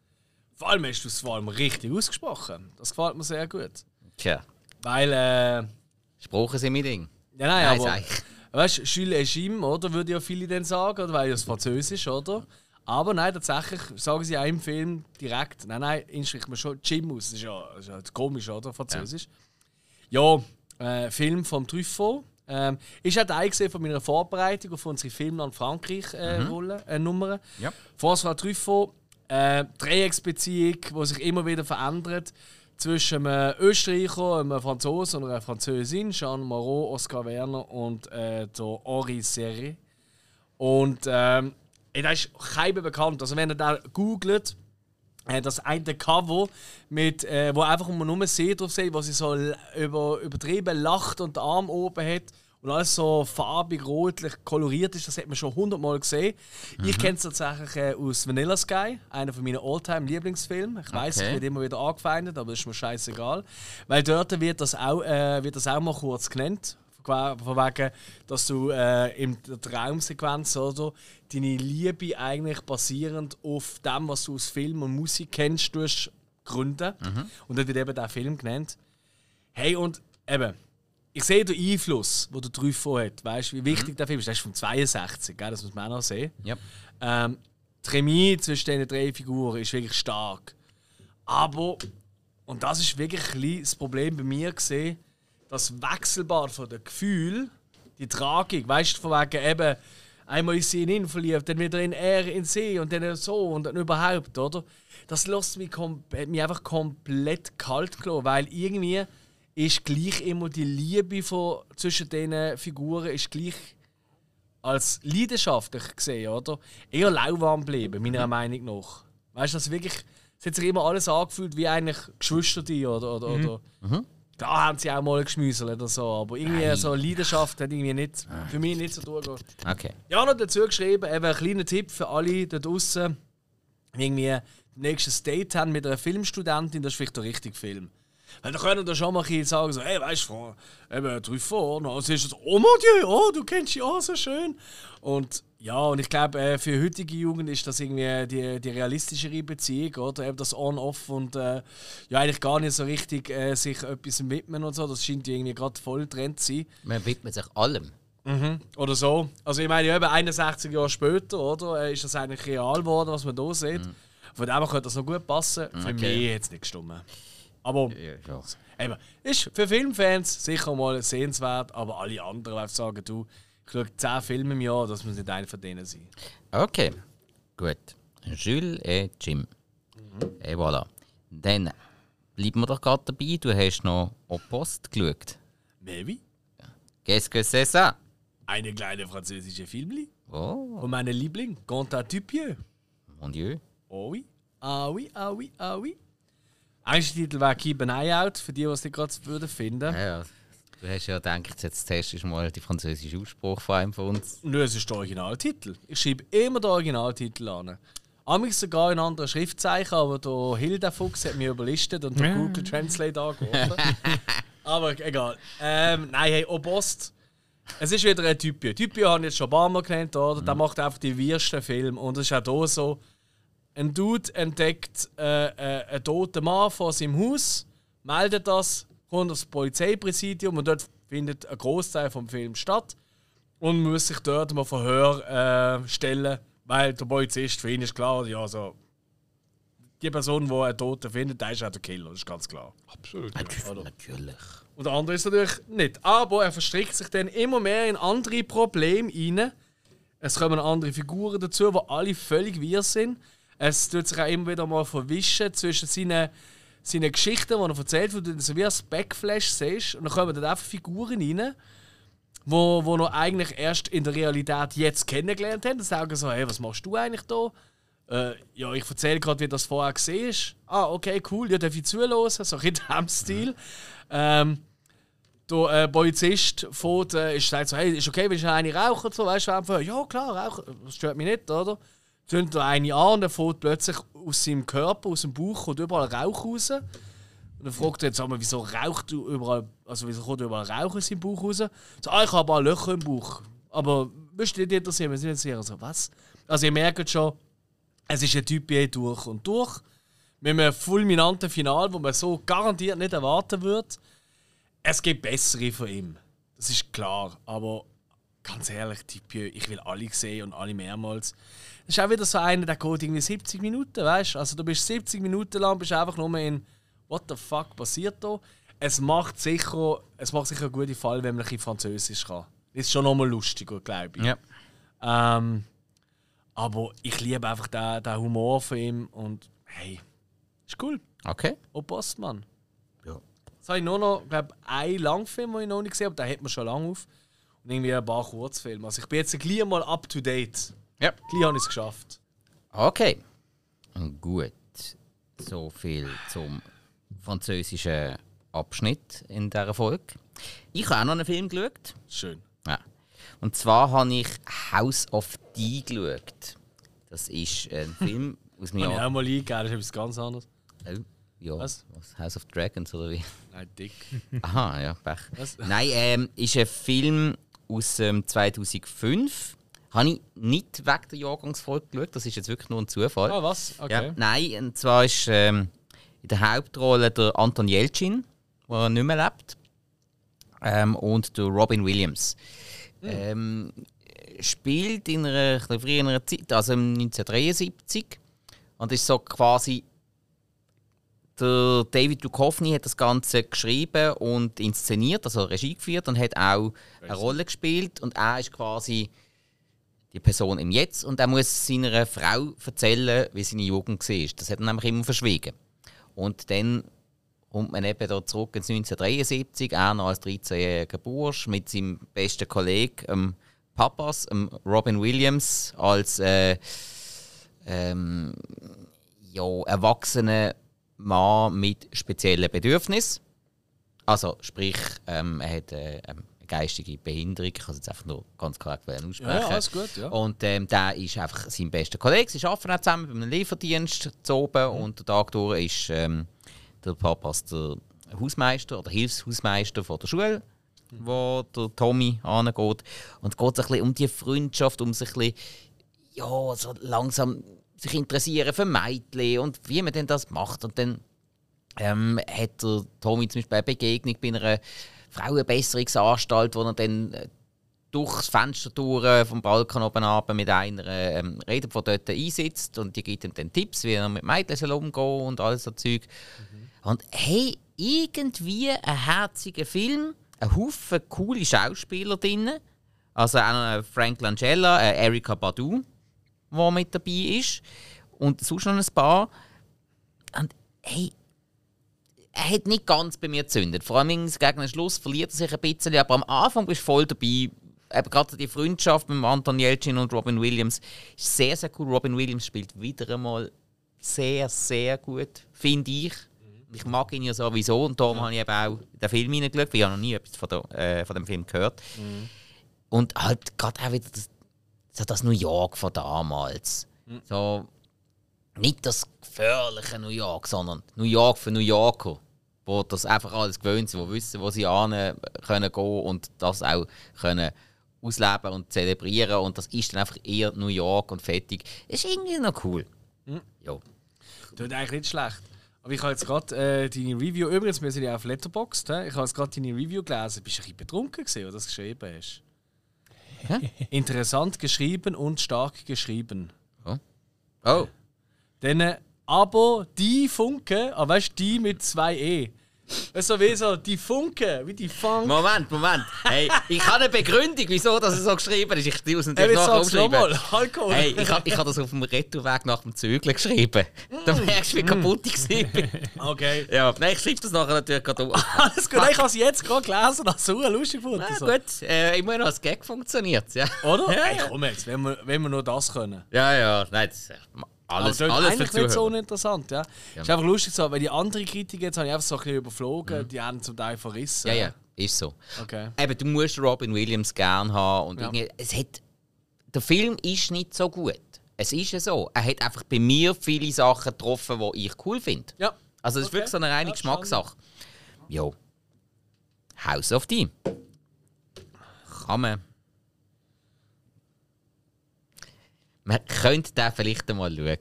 Vor allem hast du es vor allem richtig ausgesprochen. Das gefällt mir sehr gut. Tja. Weil, äh... Sprachen sind mein Ding. Ja, nein, nein, aber... Weißt du, Jules et Jim, oder? Würde ja viele dann sagen, oder? Weil das Französisch, oder? Aber nein, tatsächlich sagen sie auch im Film direkt, nein, nein, ihn spricht man schon Jim aus. Das ist ja, das ist ja komisch, oder? Französisch. Ja, ja äh, Film vom Truffaut. Ähm, ist auch Teil von meiner Vorbereitung auf unsere Filmland Frankreich-Rolle, äh, mhm. Nummern. Ja. François Truffaut, äh, Dreiecksbeziehung, die sich immer wieder verändert. Zwischen einem Österreicher, einem Franzosen und einer Französin, Jean Moreau, Oscar Werner und äh, der Henri Serre. Und ähm, das ist keinem bekannt. Also wenn ihr da googelt, äh, das eine Cover, mit, äh, wo einfach nur See drauf sieht, wo sie so über, übertrieben lacht und den Arm oben hat und alles so farbig, rotlich koloriert ist, das hat man schon hundertmal gesehen. Mhm. Ich kenne es tatsächlich äh, aus Vanilla Sky, einer von meinen All-Time-Lieblingsfilmen. Ich weiss, okay. Ich werde immer wieder angefeindet, aber das ist mir scheißegal. Weil dort wird das auch, äh, wird das auch mal kurz genannt. Von wegen, dass du äh, in der Traumsequenz oder, deine Liebe eigentlich basierend auf dem, was du aus Film und Musik kennst, durch gründen. Mhm. Und dann wird eben der Film genannt. Hey, und eben, ich sehe den Einfluss, den der Truffaut hat. Weißt du, wie wichtig mhm. der Film ist? Der ist von zweiundsechzig, gell? Das muss man auch noch sehen. Yep. Ähm, die Chemie zwischen diesen drei Figuren ist wirklich stark. Aber, und das ist wirklich das Problem bei mir gesehen, das Wechselbad von den Gefühlen, die Tragik, weißt du, von wegen eben, einmal ist sie in ihn verliebt, dann wieder in er in sie und dann so und dann überhaupt, oder? Das lässt mich, mich einfach komplett kalt gelassen, weil irgendwie ist gleich immer die Liebe von, zwischen diesen Figuren ist gleich als leidenschaftlich gesehen, oder? Eher lauwarm geblieben, meiner Meinung nach. Weißt du, das wirklich, es hat sich immer alles angefühlt wie eigentlich Geschwister oder, oder, mhm. oder mhm. Da haben sie auch mal geschmüselt oder so, aber irgendwie Nein. so Leidenschaft hat irgendwie nicht, für mich nicht so durchgegangen. Okay. Ja, noch dazu geschrieben, eben ein kleiner Tipp für alle da draußen, irgendwie ein nächstes Date haben mit einer Filmstudentin, das ist vielleicht der richtige Film. Weil da können da schon mal sagen, so, hey, weißt du, eben Truffaut, und sie ist so, oh mon Dieu, oh, du kennst sie auch so schön. Und ja, und ich glaube, für heutige Jugend ist das irgendwie die, die realistischere Beziehung, oder? Eben das On-Off und äh, ja, eigentlich gar nicht so richtig äh, sich etwas widmen und so. Das scheint irgendwie gerade voll Trend zu sein. Man widmet sich allem. Mhm. Oder so. Also ich meine, eben einundsechzig Jahre später, oder, ist das eigentlich real geworden, was man hier sieht. Mhm. Von dem her könnte das noch gut passen. Für okay. mich hat es nicht gestimmt. Aber ja, ja. Eben, ist für Filmfans sicher mal sehenswert, aber alle anderen werden sagen, du, ich schaue zehn Filme im Jahr, das muss nicht einer von denen sein. Okay, gut. Jules et Jim. Mhm. Et voilà. Dann bleiben wir doch gerade dabei. Du hast noch Au Poste geschaut. Maybe. Qu'est-ce que c'est ça? Eine kleine französische Filmli. Oh. Von meinem Liebling, Quentin Dupieux. Mon Dieu. Oh oui. Ah oui, ah oui, ah oui. Einstiegstitel wäre Keep an Eye Out, für die, die es nicht gerade würden finden. Ja, ja. Du hast ja gedacht, jetzt testest du mal den französischen Ausspruch von einem von uns. Nö, es ist der Originaltitel. Ich schreibe immer den Originaltitel an. Amigs sogar in anderen Schriftzeichen, aber der Hilda Fuchs hat mich überlistet und der Google Translate angeworfen. Aber egal. Ähm, nein, hey, Obost. Es ist wieder ein Typio. Typio habe ich jetzt schon ein paar Mal genannt, oder? Mhm. Der macht einfach die wirsten Filme. Und es ist auch hier so: ein Dude entdeckt äh, äh, einen toten Mann vor seinem Haus, meldet das, kommt aufs Polizeipräsidium und dort findet ein Großteil vom Film statt. Und muss sich dort mal Verhör äh, stellen, weil der Polizist, für ihn ist klar, ja, so, die Person, die einen Toten findet, der ist auch der Killer, das ist ganz klar. Absolut. Ja. Natürlich. Und der andere ist natürlich nicht. Aber er verstrickt sich dann immer mehr in andere Probleme rein, Es kommen andere Figuren dazu, die alle völlig wirr sind. Es tut sich auch immer wieder mal verwischen zwischen seinen, seinen Geschichten, die er erzählt, wo du so wie ein Backflash siehst. Und dann kommen dann einfach Figuren rein, wo, wo er eigentlich erst in der Realität jetzt kennengelernt haben. Dann sagen so, hey, was machst du eigentlich da? Äh, ja, ich erzähle gerade, wie das vorher gesehen ist. Ah, okay, cool, ja, darf ich zuhören? So in diesem Stil. Ähm, der äh, Polizist fährt, äh, ist, sagt so, hey, ist okay, wenn ich eine rauche? So, weißt du, einfach, ja klar, rauchen, das stört mich nicht, oder? Zündet er eine an und dann fährt plötzlich aus seinem Körper, aus dem Bauch, kommt überall Rauch raus. Und dann fragt er jetzt, sag mal, wieso raucht du überall, also wieso kommt überall Rauch aus seinem Bauch raus? So, ah, ich habe ein Löcher im Bauch. Aber müsst ihr nicht interessieren, wir sind nicht sicher. So, was? Also ihr merkt schon, es ist ein Typ hier durch und durch. Mit einem fulminanten Finale, das man so garantiert nicht erwarten würde. Es gibt bessere von ihm. Das ist klar. Aber ganz ehrlich, Typ, ich will alle sehen und alle mehrmals. Das ist auch wieder so einer, der geht irgendwie siebzig Minuten, weißt du? Also du bist siebzig Minuten lang bist einfach nur in «What the fuck passiert da?» Es macht sicher, es macht sicher einen guten Fall, wenn man ein bisschen Französisch kann. Das ist schon nochmal lustiger, glaube ich. Ja. Ähm, aber ich liebe einfach den, den Humor von ihm und hey, ist cool. Okay. Oh, Postmann. Ja. Jetzt habe ich nur noch, glaube ich, einen Langfilm, den ich noch nicht gesehen habe, den hat man schon lange auf. Und irgendwie ein paar Kurzfilme. Also ich bin jetzt gleich mal up to date. Ja. Gleich habe ich es geschafft. Okay. Gut. So viel zum französischen Abschnitt in dieser Folge. Ich habe auch noch einen Film geschaut. Schön. Ja. Und zwar habe ich House of D geschaut. Das ist ein Film aus dem Habe ich Jahr. auch mal eingegeben, das ist etwas ganz anderes. Oh, ja. Was? Was? House of Dragons oder wie? Nein, dick. Aha, ja, Pech. Was? Nein, ähm, ist ein Film aus ähm, zweitausendfünf. Habe ich nicht wegen der Jahrgangsfolge geschaut, das ist jetzt wirklich nur ein Zufall. Ah, was? Okay. Ja, nein, und zwar ist ähm, in der Hauptrolle der Anton Yelchin, der nicht mehr lebt, ähm, und der Robin Williams. Mhm. Ähm, spielt in einer ein früheren Zeit, also neunzehnhundertdreiundsiebzig, und ist so quasi der David Duchovny hat das Ganze geschrieben und inszeniert, also Regie geführt und hat auch eine Rolle gespielt und er ist quasi die Person im Jetzt und er muss seiner Frau erzählen, wie seine Jugend war. Das hat er nämlich immer verschwiegen. Und dann kommt man eben da zurück ins neunzehnhundertdreiundsiebzig, er noch als dreizehnjähriger Bursch mit seinem besten Kollegen, ähm, Papas, ähm, Robin Williams, als äh, ähm, ja, erwachsener Mann mit speziellen Bedürfnissen. Also sprich, ähm, er hat äh, eine geistige Behinderung, ich kann es jetzt einfach nur ganz korrekt aussprechen. Ja, alles gut, ja. Und ähm, der ist einfach sein bester Kollege. Sie arbeiten auch zusammen bei einem Lieferdienst zu oben mhm. und der Tag durch ist ähm, der Papas der Hausmeister oder Hilfshausmeister von der Schule, mhm. wo der Tommy angeht. Und es geht ein bisschen um die Freundschaft, um sich ein bisschen, ja, so langsam sich interessieren für Mädchen und wie man denn das macht. Und dann ähm, hat der Tommy zum Beispiel eine Begegnung bei einer Frauenbesserungsanstalt, wo er dann äh, durchs Fenster durch vom Balkon oben runter mit einer ähm, redet, die dort einsitzt und die gibt ihm dann Tipps, wie er mit Mädchen umgehen soll und alles so Zeug. Mhm. Und hey, irgendwie ein herziger Film, ein Haufen coole Schauspieler drin. Also auch noch Frank Langella, äh, Erykah Badu, der mit dabei ist. Und sonst noch ein paar. Und hey, er hat nicht ganz bei mir gezündet. Vor allem gegen den Schluss verliert er sich ein bisschen. Aber am Anfang bist du voll dabei. Eben gerade die Freundschaft mit Anton Yelchin und Robin Williams ist sehr, sehr cool. Robin Williams spielt wieder einmal sehr, sehr gut, finde ich. Ich mag ihn ja sowieso und darum ja. habe ich eben auch in den Film hineingeschaut, weil ich noch nie etwas von, der, äh, von dem Film gehört. Mhm. Und halt gerade auch wieder das, so das New York von damals. Mhm. So, nicht das gefährliche New York, sondern New York für New Yorker, wo das einfach alles gewöhnt sind, die wissen, wo sie hin können gehen und das auch können ausleben und zelebrieren. Und das ist dann einfach eher New York und fertig. Ist irgendwie noch cool. Mhm. Ja. Tut eigentlich nicht schlecht. Aber ich habe jetzt gerade äh, deine Review, übrigens, wir sind ja auf Letterboxd, he? ich habe jetzt gerade deine Review gelesen. Bist du ein bisschen betrunken gewesen, oder das geschrieben hast? Interessant geschrieben und stark geschrieben. Oh. Oh. Dann, äh, aber die Funke, aber weißt du, die mit zwei E, So wie so die Funke, wie die Funk. Moment, Moment. Hey, ich habe eine Begründung, wieso das so geschrieben ist. Ich muss es Hey, natürlich nachher umschreiben. Alkohol. Hey, ich habe ich hab das auf dem Retourweg nach dem Zügeln geschrieben. Da merkst du, wie kaputt ich war. Okay. Ja, nein, ich schreibe das nachher natürlich gerade um. Alles gut, ich habe es jetzt gerade gelesen, das so lustig gefunden. Ja, So. gut, äh, immer noch als Gag funktioniert ja. Oder? Ja, Hey, ja. komm jetzt, wenn wir, wenn wir nur das können. Ja, ja, nein, das ist alles, Aber das alles ist eigentlich für nicht so Zuhörer. uninteressant, ja. Ja. Ist einfach lustig so, weil die anderen Kritiker jetzt habe ich einfach so ein bisschen überflogen, Mhm. die haben zum Teil verrissen. Ja, ja, ist so. Okay. Eben, du musst Robin Williams gern haben und Ja. irgendwie, es hat, der Film ist nicht so gut. Es ist ja so. Er hat einfach bei mir viele Sachen getroffen, die ich cool finde. Ja. Also es ist Okay. wirklich so eine reine Ja, Geschmackssache. Jo. House of D. Kann man. Man könnte den vielleicht einmal schauen.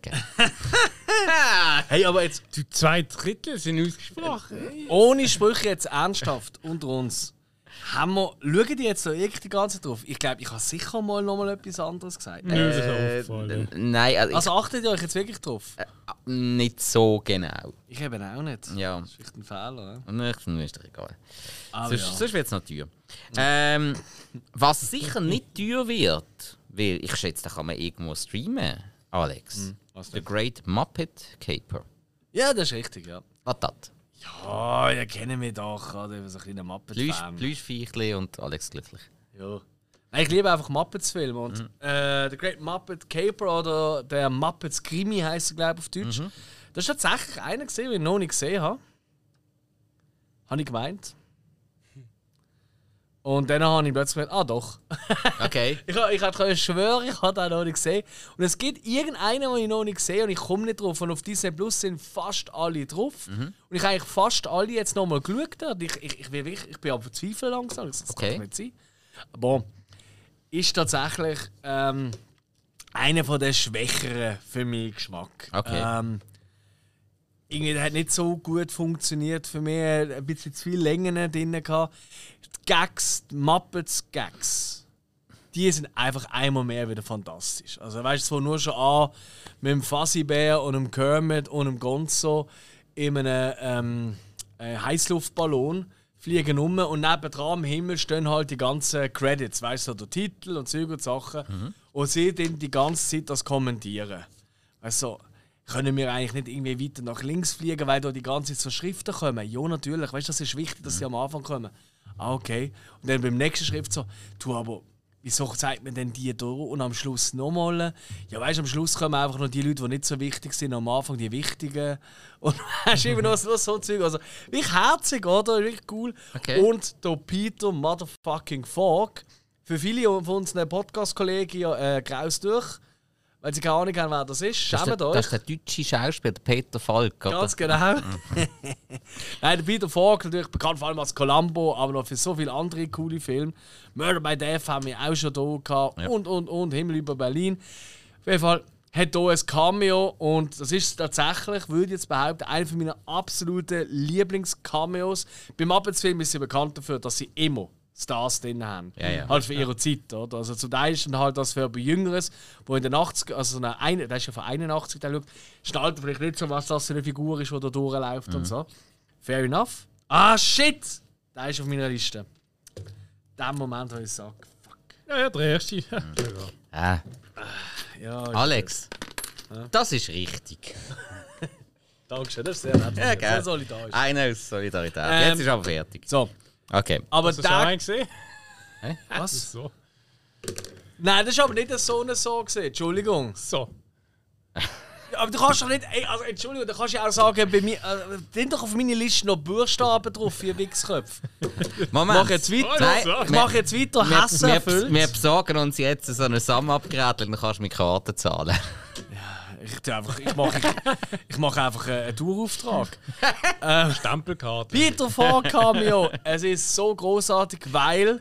Hey, aber jetzt Die zwei Drittel sind ausgesprochen. ohne Sprüche jetzt ernsthaft unter uns. Haben wir, schauen die jetzt so irgendwie die ganze Zeit drauf? Ich glaube, ich habe sicher mal noch mal etwas anderes gesagt. Nö, das ist mir Äh, aufgefallen. Nein, also, Also achtet ihr euch jetzt wirklich drauf? ich, nicht so genau. Ich eben auch nicht. Ja. Das ist vielleicht ein Fehler. Ja? Und ich finde, ist doch egal. Aber sonst ja. sonst wird es noch teuer. Ähm, was sicher nicht teuer wird, weil ich schätze, da kann man irgendwo streamen, Alex. was The Great Muppet Caper. Ja, das ist richtig, ja. Was das? Ja, ihr kennt mich doch, oder? So ein kleiner Plüsch, Muppet-Fan. Plüschviechli und Alex glücklich. Ja. Nein, ich liebe einfach Muppets-Filme. Und Mhm. äh, The Great Muppet Caper oder der Muppets Krimi heisst er, glaube ich, auf Deutsch. Mhm. Das ist tatsächlich einer gesehen, den ich noch nicht gesehen habe. Habe ich gemeint. Und dann habe ich plötzlich gemeint, ah doch. Okay. Ich, ich hätte schwören, ich habe den noch nicht gesehen. Und es gibt irgendeinen, den ich noch nicht gesehen und ich komme nicht drauf. Und auf Disney Plus sind fast alle drauf. Mhm. Und ich habe eigentlich fast alle jetzt nochmal geschaut. Und ich, ich, ich, bin wirklich, ich bin am Verzweifeln langsam. Das Okay. kann doch nicht sein. Aber ist tatsächlich ähm, einer von den schwächeren für meinen Geschmack. Okay. Ähm, irgendwie, der hat nicht so gut funktioniert für mich. Er hat ein bisschen zu viele Längen drin gehabt. Die Gags, die Muppets-Gags, die sind einfach einmal mehr wieder fantastisch. Also weißt du, es fängt nur schon an mit dem Fuzzy-Bär und dem Kermit und dem Gonzo in einem ähm, äh, Heißluftballon fliegen um und nebendran am Himmel stehen halt die ganzen Credits, weißt du, so der Titel und Zeug und Sachen. Und sie dann die ganze Zeit das kommentieren. Weißt du, können wir eigentlich nicht irgendwie weiter nach links fliegen, weil da die ganze Zeit so Schriften kommen? Ja, natürlich. Weißt du, das ist wichtig, dass sie am Anfang kommen. Ah, okay. Und dann beim nächsten Schrift so, du, aber wieso zeigt man denn die da und am Schluss nochmal? Ja, weißt du, am Schluss kommen einfach noch die Leute, die nicht so wichtig sind, am Anfang die wichtigen. Und hast immer noch so, so Zeug. Also, wirklich herzig, oder? Wirklich cool. Okay. Und der Peter Motherfucking Falk. Für viele von unseren Podcast-Kollegen ja, äh, graus durch. Weil sie keine Ahnung haben, wer das ist. Das ist, der, Schämt das euch. ist der deutsche Schauspieler, der Peter Falk. Oder? Ganz genau. Nein, der Peter Falk, natürlich bekannt vor allem als Columbo, aber noch für so viele andere coole Filme. Murder by Death haben wir auch schon hier gehabt. Ja. Und, und, und. Himmel über Berlin. Auf jeden Fall hat hier ein Cameo und das ist tatsächlich, würde ich jetzt behaupten, einer meiner absoluten Lieblings-Cameos. Beim Muppets-Film ist sie bekannt dafür, dass sie immer Stars drin haben. Ja, ja. Halt für ihre Zeit. Oder? Also zum Teil ist dann halt das für bei Jüngeres, wo in den achtziger, also eine, eine, das ist ja von einundachtzig, der schaut, schnallt vielleicht nicht so, was das für eine Figur ist, die da durchläuft Mhm. und so. Fair enough. Ah, shit! Der ist auf meiner Liste. In dem Moment habe ich gesagt, fuck. Ja, ja, der erste. Ja. Ah, Ja, Alex, das ist richtig. Dankeschön, das ist sehr nett. Ja, sehr gell. solidarisch. Einer aus Solidarität. Ähm, Jetzt ist aber fertig. So, Okay. aber Hast du schon der... einen gesehen? Was? So. Nein, das ist aber nicht so eine so gesehen. Entschuldigung. So. Ja, aber du kannst doch nicht. Ey, also, Entschuldigung, du kannst ja auch sagen, bei mir. Äh, sind doch auf meiner Liste noch Buchstaben drauf, vier Wichsköpfe. Ich Moment. mache jetzt weiter. Nein, ich mache jetzt weiter. Wir, Hessen wir, erfüllt. wir besorgen uns jetzt so eine Sum-Up-Gerät, dann kannst du mit Karten zahlen. Ich, tu einfach, ich mache ich, ich mache einfach einen, einen Tourauftrag. Stempelkarte. Peter Falk Cameo. Es ist so großartig, weil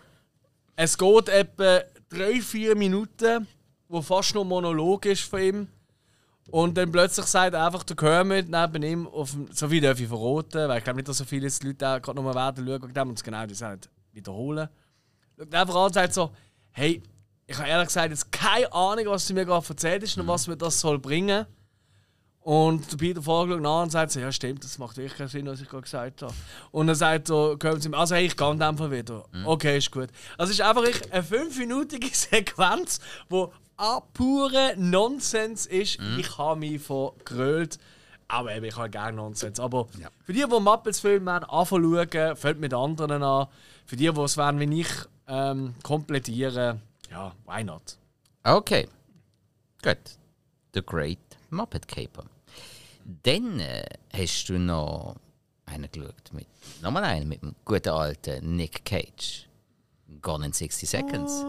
es geht etwa drei, vier Minuten, wo fast nur Monolog ist von ihm. Und dann plötzlich sagt einfach der Kermit neben ihm, auf dem, so viel darf ich verraten, weil ich glaube nicht, dass so viele Leute auch gerade nochmal werden schauen und es genau das halt wiederholen. Schaut einfach an und sagt so, hey, ich habe ehrlich gesagt jetzt keine Ahnung, was du mir gerade erzählt hast und was mir das soll bringen. Und der Peter Fogler nach und sagt so, ja stimmt, das macht wirklich keinen Sinn, was ich gerade gesagt habe. Und dann sagt er, kommen Sie mir, also hey, ich gehe einfach wieder. Mhm. Okay, ist gut. Also es ist einfach eine fünfminütige Sequenz, die an pure Nonsens ist. Mhm. Ich habe mich vergrölt. Aber eben, ich habe gerne Nonsens. Aber ja. Für die, die Muppets-Filme anfangen schauen, fällt mit anderen an. Für die, die es werden wie ich ähm, komplettieren, ja, why not? Okay, gut. The Great Muppet Caper. Dann äh, hast du noch einen geschaut. Mit, nochmal einen mit dem guten alten Nick Cage. Gone in sixty Seconds.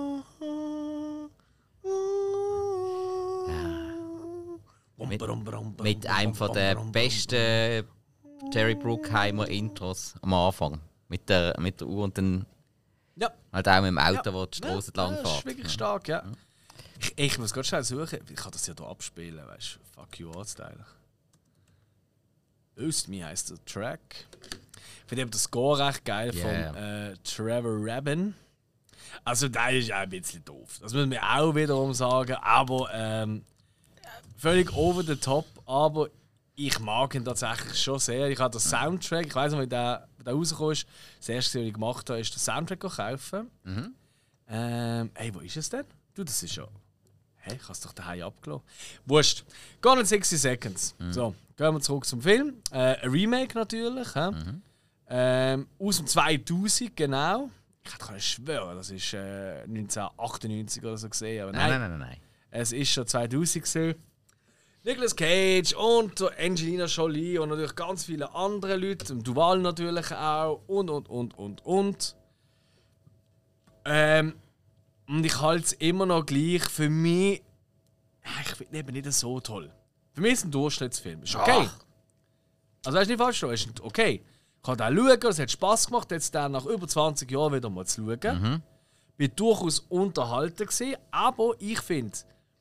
Ja. Mit, mit einem von der besten Jerry Bruckheimer Intros am Anfang. Mit der, mit der Uhr und dann ja. halt auch mit dem Auto, ja. Wo die Straße ja, lang fährt. Das ist wirklich stark, ja. Ich, ich muss ganz schnell suchen. Ich kann das ja hier abspielen, weißt du. Fuck you, Ortsteil. Öst Me heisst der Track. Ich finde den Score recht geil yeah. von äh, Trevor Rabin. Also, der ist auch ein bisschen doof. Das müssen wir auch wiederum sagen. Aber ähm, völlig over the top. Aber ich mag ihn tatsächlich schon sehr. Ich habe den Soundtrack, ich weiß nicht, wie der, der rausgekommen ist. Das erste, was ich gemacht habe, ist den Soundtrack kaufen. Mhm. Ähm, hey, wo ist es denn? Du, das ist ja. Hey, ich habe es doch daheim abgelassen. Wurscht. Gone in sixty Seconds. Mhm. So, gehen wir zurück zum Film. Äh, ein Remake natürlich. Mhm. Ähm, aus dem zweitausend, genau. Ich kann schwören, das ist äh, neunzehnhundertachtundneunzig oder so gesehen. Aber nein, nein, nein, nein, nein. Es ist schon zweitausend gewesen. Nicolas Cage und Angelina Jolie und natürlich ganz viele andere Leute. Duval natürlich auch. Und, und, und, und, und. Ähm, und ich halte es immer noch gleich. Für mich, ich finde eben nicht so toll. Für mich ist es ein Durchschnittsfilm. Ist okay. Ach. Also, das ist nicht falsch, es ist okay. Ich kann auch schauen, es hat Spass gemacht, jetzt dann nach über zwanzig Jahren wieder mal zu schauen. Mhm. Bin durchaus unterhalten gewesen, aber ich finde,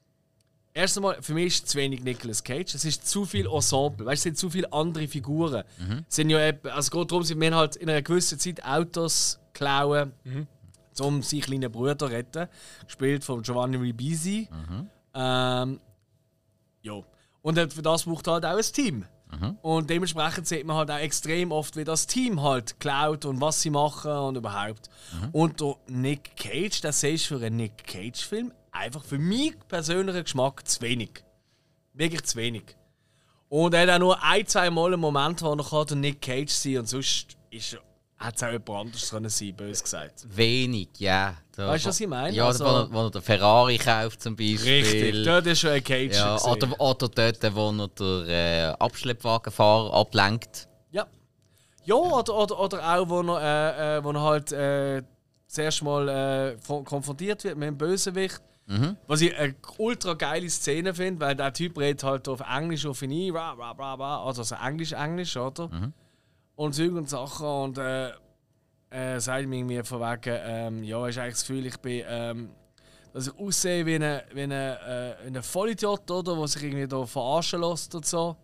erst einmal, für mich ist zu wenig Nicolas Cage. Es ist zu viel Ensemble. Weißt du, es sind zu viele andere Figuren. Mhm. Es sind ja eben, also es geht darum, sie müssen halt in einer gewissen Zeit Autos klauen, mhm. um seinen kleinen Bruder zu retten. Gespielt von Giovanni Ribisi. Mhm. Ähm, ja. Und für das braucht halt auch ein Team. Mhm. Und dementsprechend sieht man halt auch extrem oft, wie das Team halt klaut und was sie machen und überhaupt. Mhm. Und der Nick Cage, das siehst du für einen Nick Cage-Film einfach für mich persönlichen Geschmack zu wenig. Wirklich zu wenig. Und er hat auch nur ein, zwei Mal einen Moment, wo er der Nick Cage sein kann und sonst ist hat es auch jemand anderes können sein, bös gesagt. Wenig, ja. Da, weißt du, was ich meine? Ja, also, wo, er, wo er den Ferrari kauft zum Beispiel. Richtig, dort ist schon ein Cage. Ja, oder, oder dort, wo er den äh, Abschleppwagenfahrer ablenkt. Ja. Ja, oder, oder, oder auch, wo er, äh, äh, wo er halt äh, das erste Mal äh, konfrontiert wird mit einem Bösewicht. Mhm. Was ich eine ultra geile Szene finde, weil der Typ redet halt auf Englisch auf ihn ein, also Englisch-Englisch, oder? Mhm. Und Zeug und Sachen und äh, äh, sagt mir irgendwie von wegen, ähm, ja, ist eigentlich das Gefühl, ich bin, ähm, dass ich aussehe wie ein wie eine, äh, eine Vollidiot, oder, der sich irgendwie da verarschen lässt und so.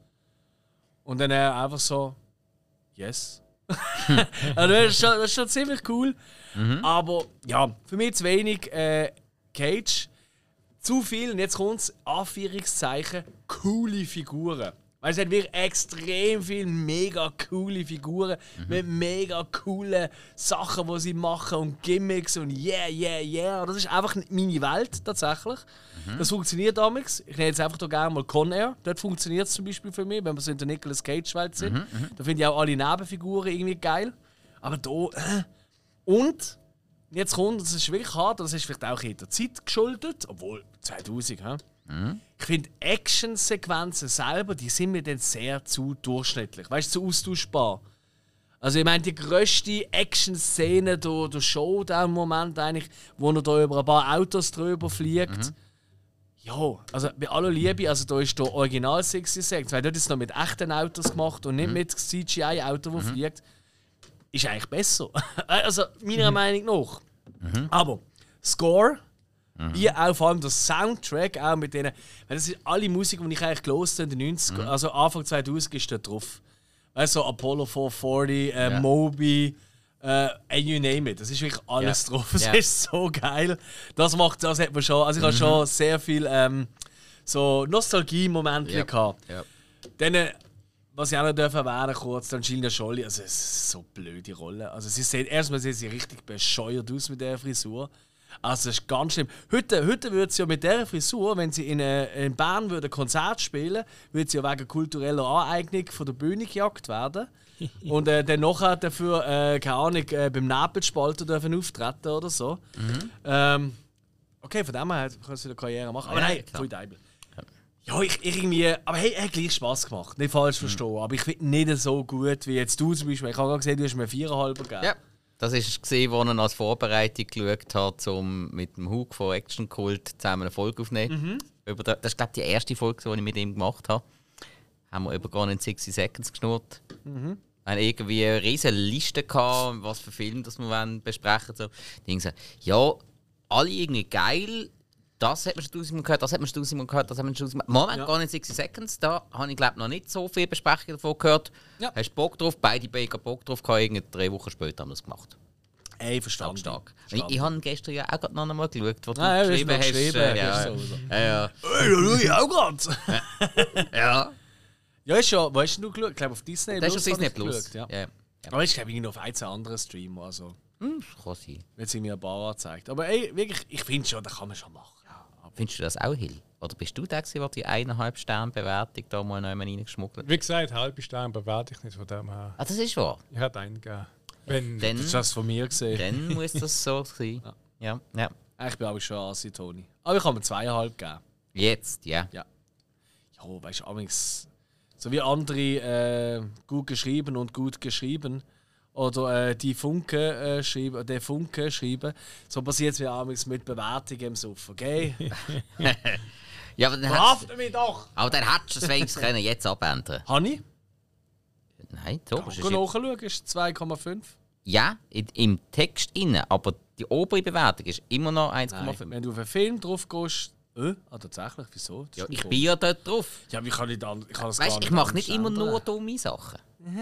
Und dann äh, einfach so, yes. Also, das, ist schon, das ist schon ziemlich cool. Mhm. Aber ja, für mich zu wenig äh, Cage. Zu viel, und jetzt kommt es, Anführungszeichen, coole Figuren. Weil es hat wirklich extrem viele mega coole Figuren mhm. mit mega coolen Sachen, die sie machen und Gimmicks und yeah, yeah, yeah. Das ist einfach meine Welt tatsächlich. Mhm. Das funktioniert damals. Ich nenne jetzt einfach hier gerne mal Con Air. Dort funktioniert es zum Beispiel für mich, wenn wir so in der Nicolas Cage-Welt sind. Mhm. Da finde ich auch alle Nebenfiguren irgendwie geil. Aber da. Äh. Und jetzt kommt, das ist wirklich hart, das ist vielleicht auch in der Zeit geschuldet, obwohl zweitausend, hä? Mhm. Ich finde, Action-Sequenzen selber, die sind mir dann sehr zu durchschnittlich. Weißt du, zu austauschbar. Also, ich meine, die grösste Action-Szene, der, der Showdown-Moment eigentlich, wo er da über ein paar Autos drüber fliegt. Mhm. Ja, also bei aller Liebe, also da ist der Original sixty Seconds, weil dort ist es noch mit echten Autos gemacht und nicht mhm. mit C G I-Auto, das mhm. fliegt. Ist eigentlich besser. Also, meiner mhm. Meinung nach. Mhm. Aber, Score. Mhm. Wie auch vor allem der Soundtrack, auch mit denen. Weil das ist alle Musik, die ich eigentlich gehört habe in den neunziger, mhm. also Anfang zweitausend ist da drauf. Weißt du, so Apollo vierhundertvierzig, äh, yeah. Moby, äh, you name it. Das ist wirklich alles yeah. drauf. Das yeah. ist so geil. Das macht, das hat man schon. Also ich mhm. habe schon sehr viel ähm, so Nostalgie-Momente yep. gehabt. Yep. Dann, äh, was ich auch noch erwähnen darf, kurz, Angelina Jolie, also es ist so eine blöde Rolle. Also sie sieht, erstmal sieht sie richtig bescheuert aus mit der Frisur. Also das ist ganz schlimm. Heute, heute würde sie ja mit dieser Frisur, wenn sie in, äh, in Bern würde ein Konzert spielen, würde sie ja wegen kultureller Aneignung von der Bühne gejagt werden. Und äh, dann nachher dafür, äh, keine Ahnung, äh, beim Nebelspalter dürfen auftreten oder so. Mhm. Ähm, okay, von dem her kann sie eine Karriere machen. Aber ja, nein, voll Deibel. Ja, ich irgendwie. Aber hey, er hat gleich Spass gemacht. Nicht falsch mhm. verstehen. Aber ich finde nicht so gut wie jetzt du zum Beispiel. Ich habe gerade gesehen, du hast mir viereinhalb gegeben. Ja. Das war es, als er als Vorbereitung geschaut hat, um mit dem Hug von Action Cult zusammen eine Folge aufzunehmen. Mhm. Das ist, glaube ich, die erste Folge, die ich mit ihm gemacht habe. Haben wir über in sixty Seconds geschnurrt. Mhm. Wir hatten irgendwie eine riesige Liste gehabt, was für Filme das wir besprechen wollen. Die haben gesagt, ja, alle irgendwie geil. Das hat man schon tausendmal gehört, das hat man schon tausendmal gehört, das hat man schon tausendmal gehört. Moment, ja. Gar nicht sixty Seconds, da habe ich glaube noch nicht so viele Besprechungen davon gehört. Ja. Hast du Bock drauf? Beide Bäcker Bock drauf gehabt, irgendwie drei Wochen später haben wir es gemacht. Ey, verstanden. Stark. Ich, ich habe gestern ja auch gerade noch einmal geschaut, wo du ah, ja, geschrieben hast. Geschrieben, äh, ja, ja, so, so. ja, ja. Ey, da schaue ich auch gerade. Ja. Ja, ist schon, wo hast du geschaut? Ich glaube auf Disney Plus. Das ist auf Disney Plus. Geschaut, ja. Ja. Ja. Aber ich glaube, ich auf einen anderen Stream. Also. Hm, kann sein. Wenn sie mir ein paar anzeigt. Aber ey, wirklich, ich finde schon, das kann man schon machen. Ja, findest du das auch, Hill? Oder bist du der, der die eineinhalb Sterne Bewertung da mal noch reingeschmuggelt hat? Wie gesagt, halbe Sterne bewerte ich nicht von dem her. Ah, das ist wahr? Ich hätte einen gegeben. Wenn dann, das ist das von mir gesehen. Dann muss das so sein. Ja. Ja, ja. Ich bin aber schon Asi, Toni. Aber ich habe mir zweieinhalb gegeben. Jetzt, ja. Ja. Ja, weißt du, amigs so wie andere äh, gut geschrieben und gut geschrieben. Oder äh, die Funke äh, schreiben, der Funke schreiben. So passiert es wie amigs mit Bewertungen im Suff, okay? Ja, aber dann Verhafte mich doch! Aber dann hättest du es wenigstens können jetzt abändern. Hanni? Nein, so. Kannst du nachschauen, ist zwei Komma fünf. Ja, in, im Text innen, aber die obere Bewertung ist immer noch eins Komma fünf. Wenn du auf einen Film drauf gehst, äh, ah, tatsächlich, wieso? Ja, ich bin ja dort drauf. Ja, wie kann ich dann? Ich, kann das weißt, gar nicht ich mache nicht immer nur dumme Sachen.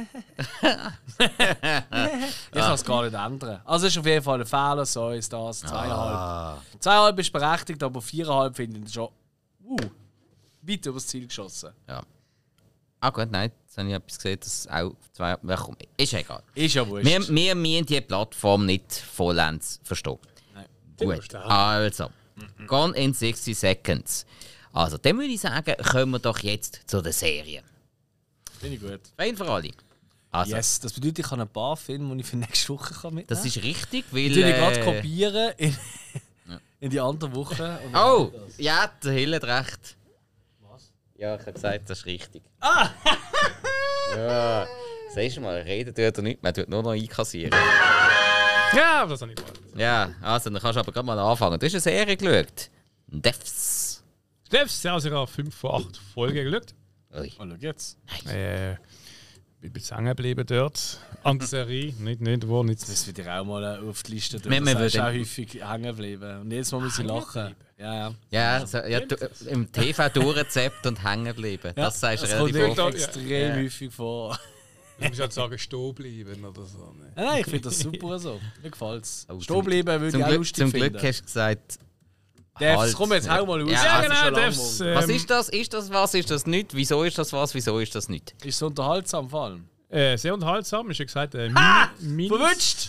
Ich kann es gar nicht ändern. Also ist auf jeden Fall ein Fehler, so ist das. Zweieinhalb. Ah. Zweieinhalb ist berechtigt, aber viereinhalb finde ich schon uh, weit übers Ziel geschossen. Ja. Ah gut, nein, jetzt habe ich etwas gesehen, das auch zwei. Ja, komm, ist egal. Ist ja wurscht. Wir, wir müssen die Plattform nicht vollends verstehen. Nein. Gut, also. Mhm. Gone in sixty Seconds. Also, dann würde ich sagen, kommen wir doch jetzt zu der Serie. Finde ich gut. Fein für alle. Also, yes, das bedeutet, ich habe ein paar Filme, die ich für nächste Woche mitnehmen kann. Das ist richtig, weil... Die äh, ich gerade kopieren in, in die andere Woche. Oh, ja, der Hill hat recht. Was? Ja, ich habe gesagt, das ist richtig. Ah! Ja, siehst du mal, reden tut er nicht, man tut nur noch einkassieren. Ja, aber das habe ich gemacht. Ja, also dann kannst du aber gerade mal anfangen. Du hast eine Serie geschaut. Devs. Devs, ja, also ich habe fünf von acht Folgen geschaut. Ui. Oh, schau jetzt. Äh, ich bin hängen geblieben dort. An der Serie, nicht, nicht wo, nicht. Das müssen wir auch mal auf die Liste tun. Wir, wir das ist auch häufig hängen geblieben. Und jedes Mal muss ich lachen. Ja, ja. Ja, also, ja du, im T V durchrezept und hängen geblieben. Ja, das sagst du relativ oft. extrem ja. häufig vor. Du musst halt sagen, stehen bleiben oder so. Ne? Nein, ich finde das super so. Mir gefällt es. Oh, stehen bleiben würde ich auch Glück, lustig zum finden. Zum Glück hast du gesagt... Devs, halt. Komm jetzt, hau mal aus. Ja, ja genau, Devs. Ähm, was ist das? Ist das was? Ist das nicht? Wieso ist das was? Wieso ist das nicht? Ist es unterhaltsam vor allem? Äh, sehr unterhaltsam, ist ja gesagt. Äh, ha! Verwünscht!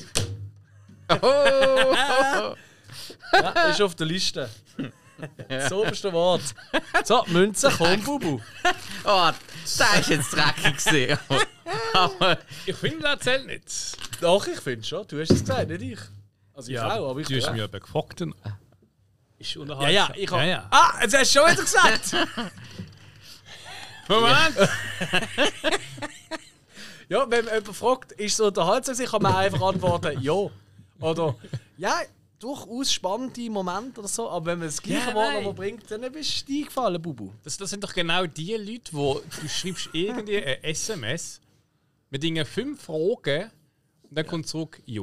Oh! Ja, ist auf der Liste. Das oberste Wort. So, Münze, komm, Bubu. Oh, das war jetzt dreckig gewesen. Aber ich finde, das zählt nicht. Doch, ich finde schon. Du hast es gesagt, nicht ich. Also ich ja, auch, aber ich du hast mir aber gefragt. Ist unterhaltsam. Ja, ja, ich hab... Ja, ja. Ah, jetzt hast du schon wieder gesagt! Moment! Ja, wenn jemand fragt, ist es unterhaltsam, kann man einfach antworten, ja. Oder, ja, durchaus spannende Momente oder so, aber wenn man das gleiche ja, Wort nochmal bringt, dann bist du dir eingefallen, Bubu. Das, das sind doch genau die Leute, wo du schreibst irgendwie ein S M S mit irgendwie fünf Fragen und dann ja. kommt zurück, ja.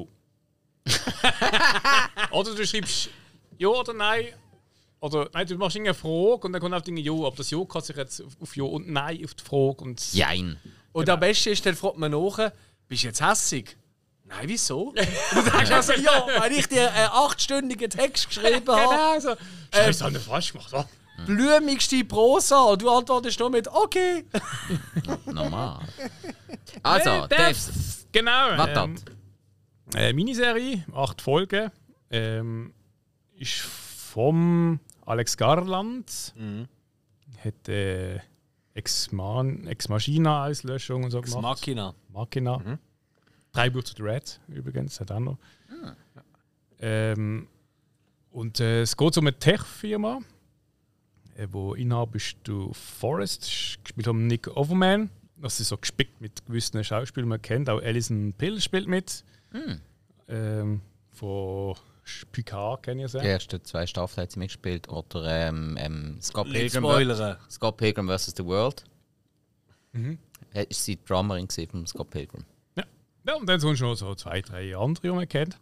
Oder du schreibst ja oder nein. Oder nein, du machst irgendeine Frage und dann kommt auf Dinge ja, aber das Ja kann sich jetzt auf Ja und Nein auf die Frage und... Jein. Und genau. Am besten ist, dann fragt man nach, bist du jetzt hässig? Nein, wieso? Und du denkst also, ja, weil ich dir einen achtstündigen Text geschrieben habe. Genau so. Scheiße, äh, habe ich falsch gemacht. Oh. blumigste Prosa und du antwortest nur mit «Okay». Normal. Also, Hey, Devs. Devs. Genau. Was Ähm, äh, Miniserie, acht Folgen. Ähm, ist vom Alex Garland. Mhm. Hat äh, Ex, Man, Ex Machina Auslöschung und so Ex gemacht. Machina. Machina. Mhm. Drei Buch zu The Red übrigens, hat auch noch. Ah. Ähm, und äh, es geht um eine Tech-Firma, äh, wo Inhaber ist du Forrest, ist gespielt von Nick Overman. Das ist so gespickt mit gewissen Schauspielern, man kennt. Auch Alison Pill spielt mit. Hm. Ähm, von Picard kenne ich Die sehr. ersten zwei Staffeln hat sie mitgespielt. Oder ähm, ähm, Scott, Nicht Pilgrim spoilern. Scott Pilgrim versus. The World. Mhm. Äh, Ist sie die Drummerin gewesen von Scott Pilgrim. Ja. Ja, und dann sonst noch so zwei, drei andere, die man kennt.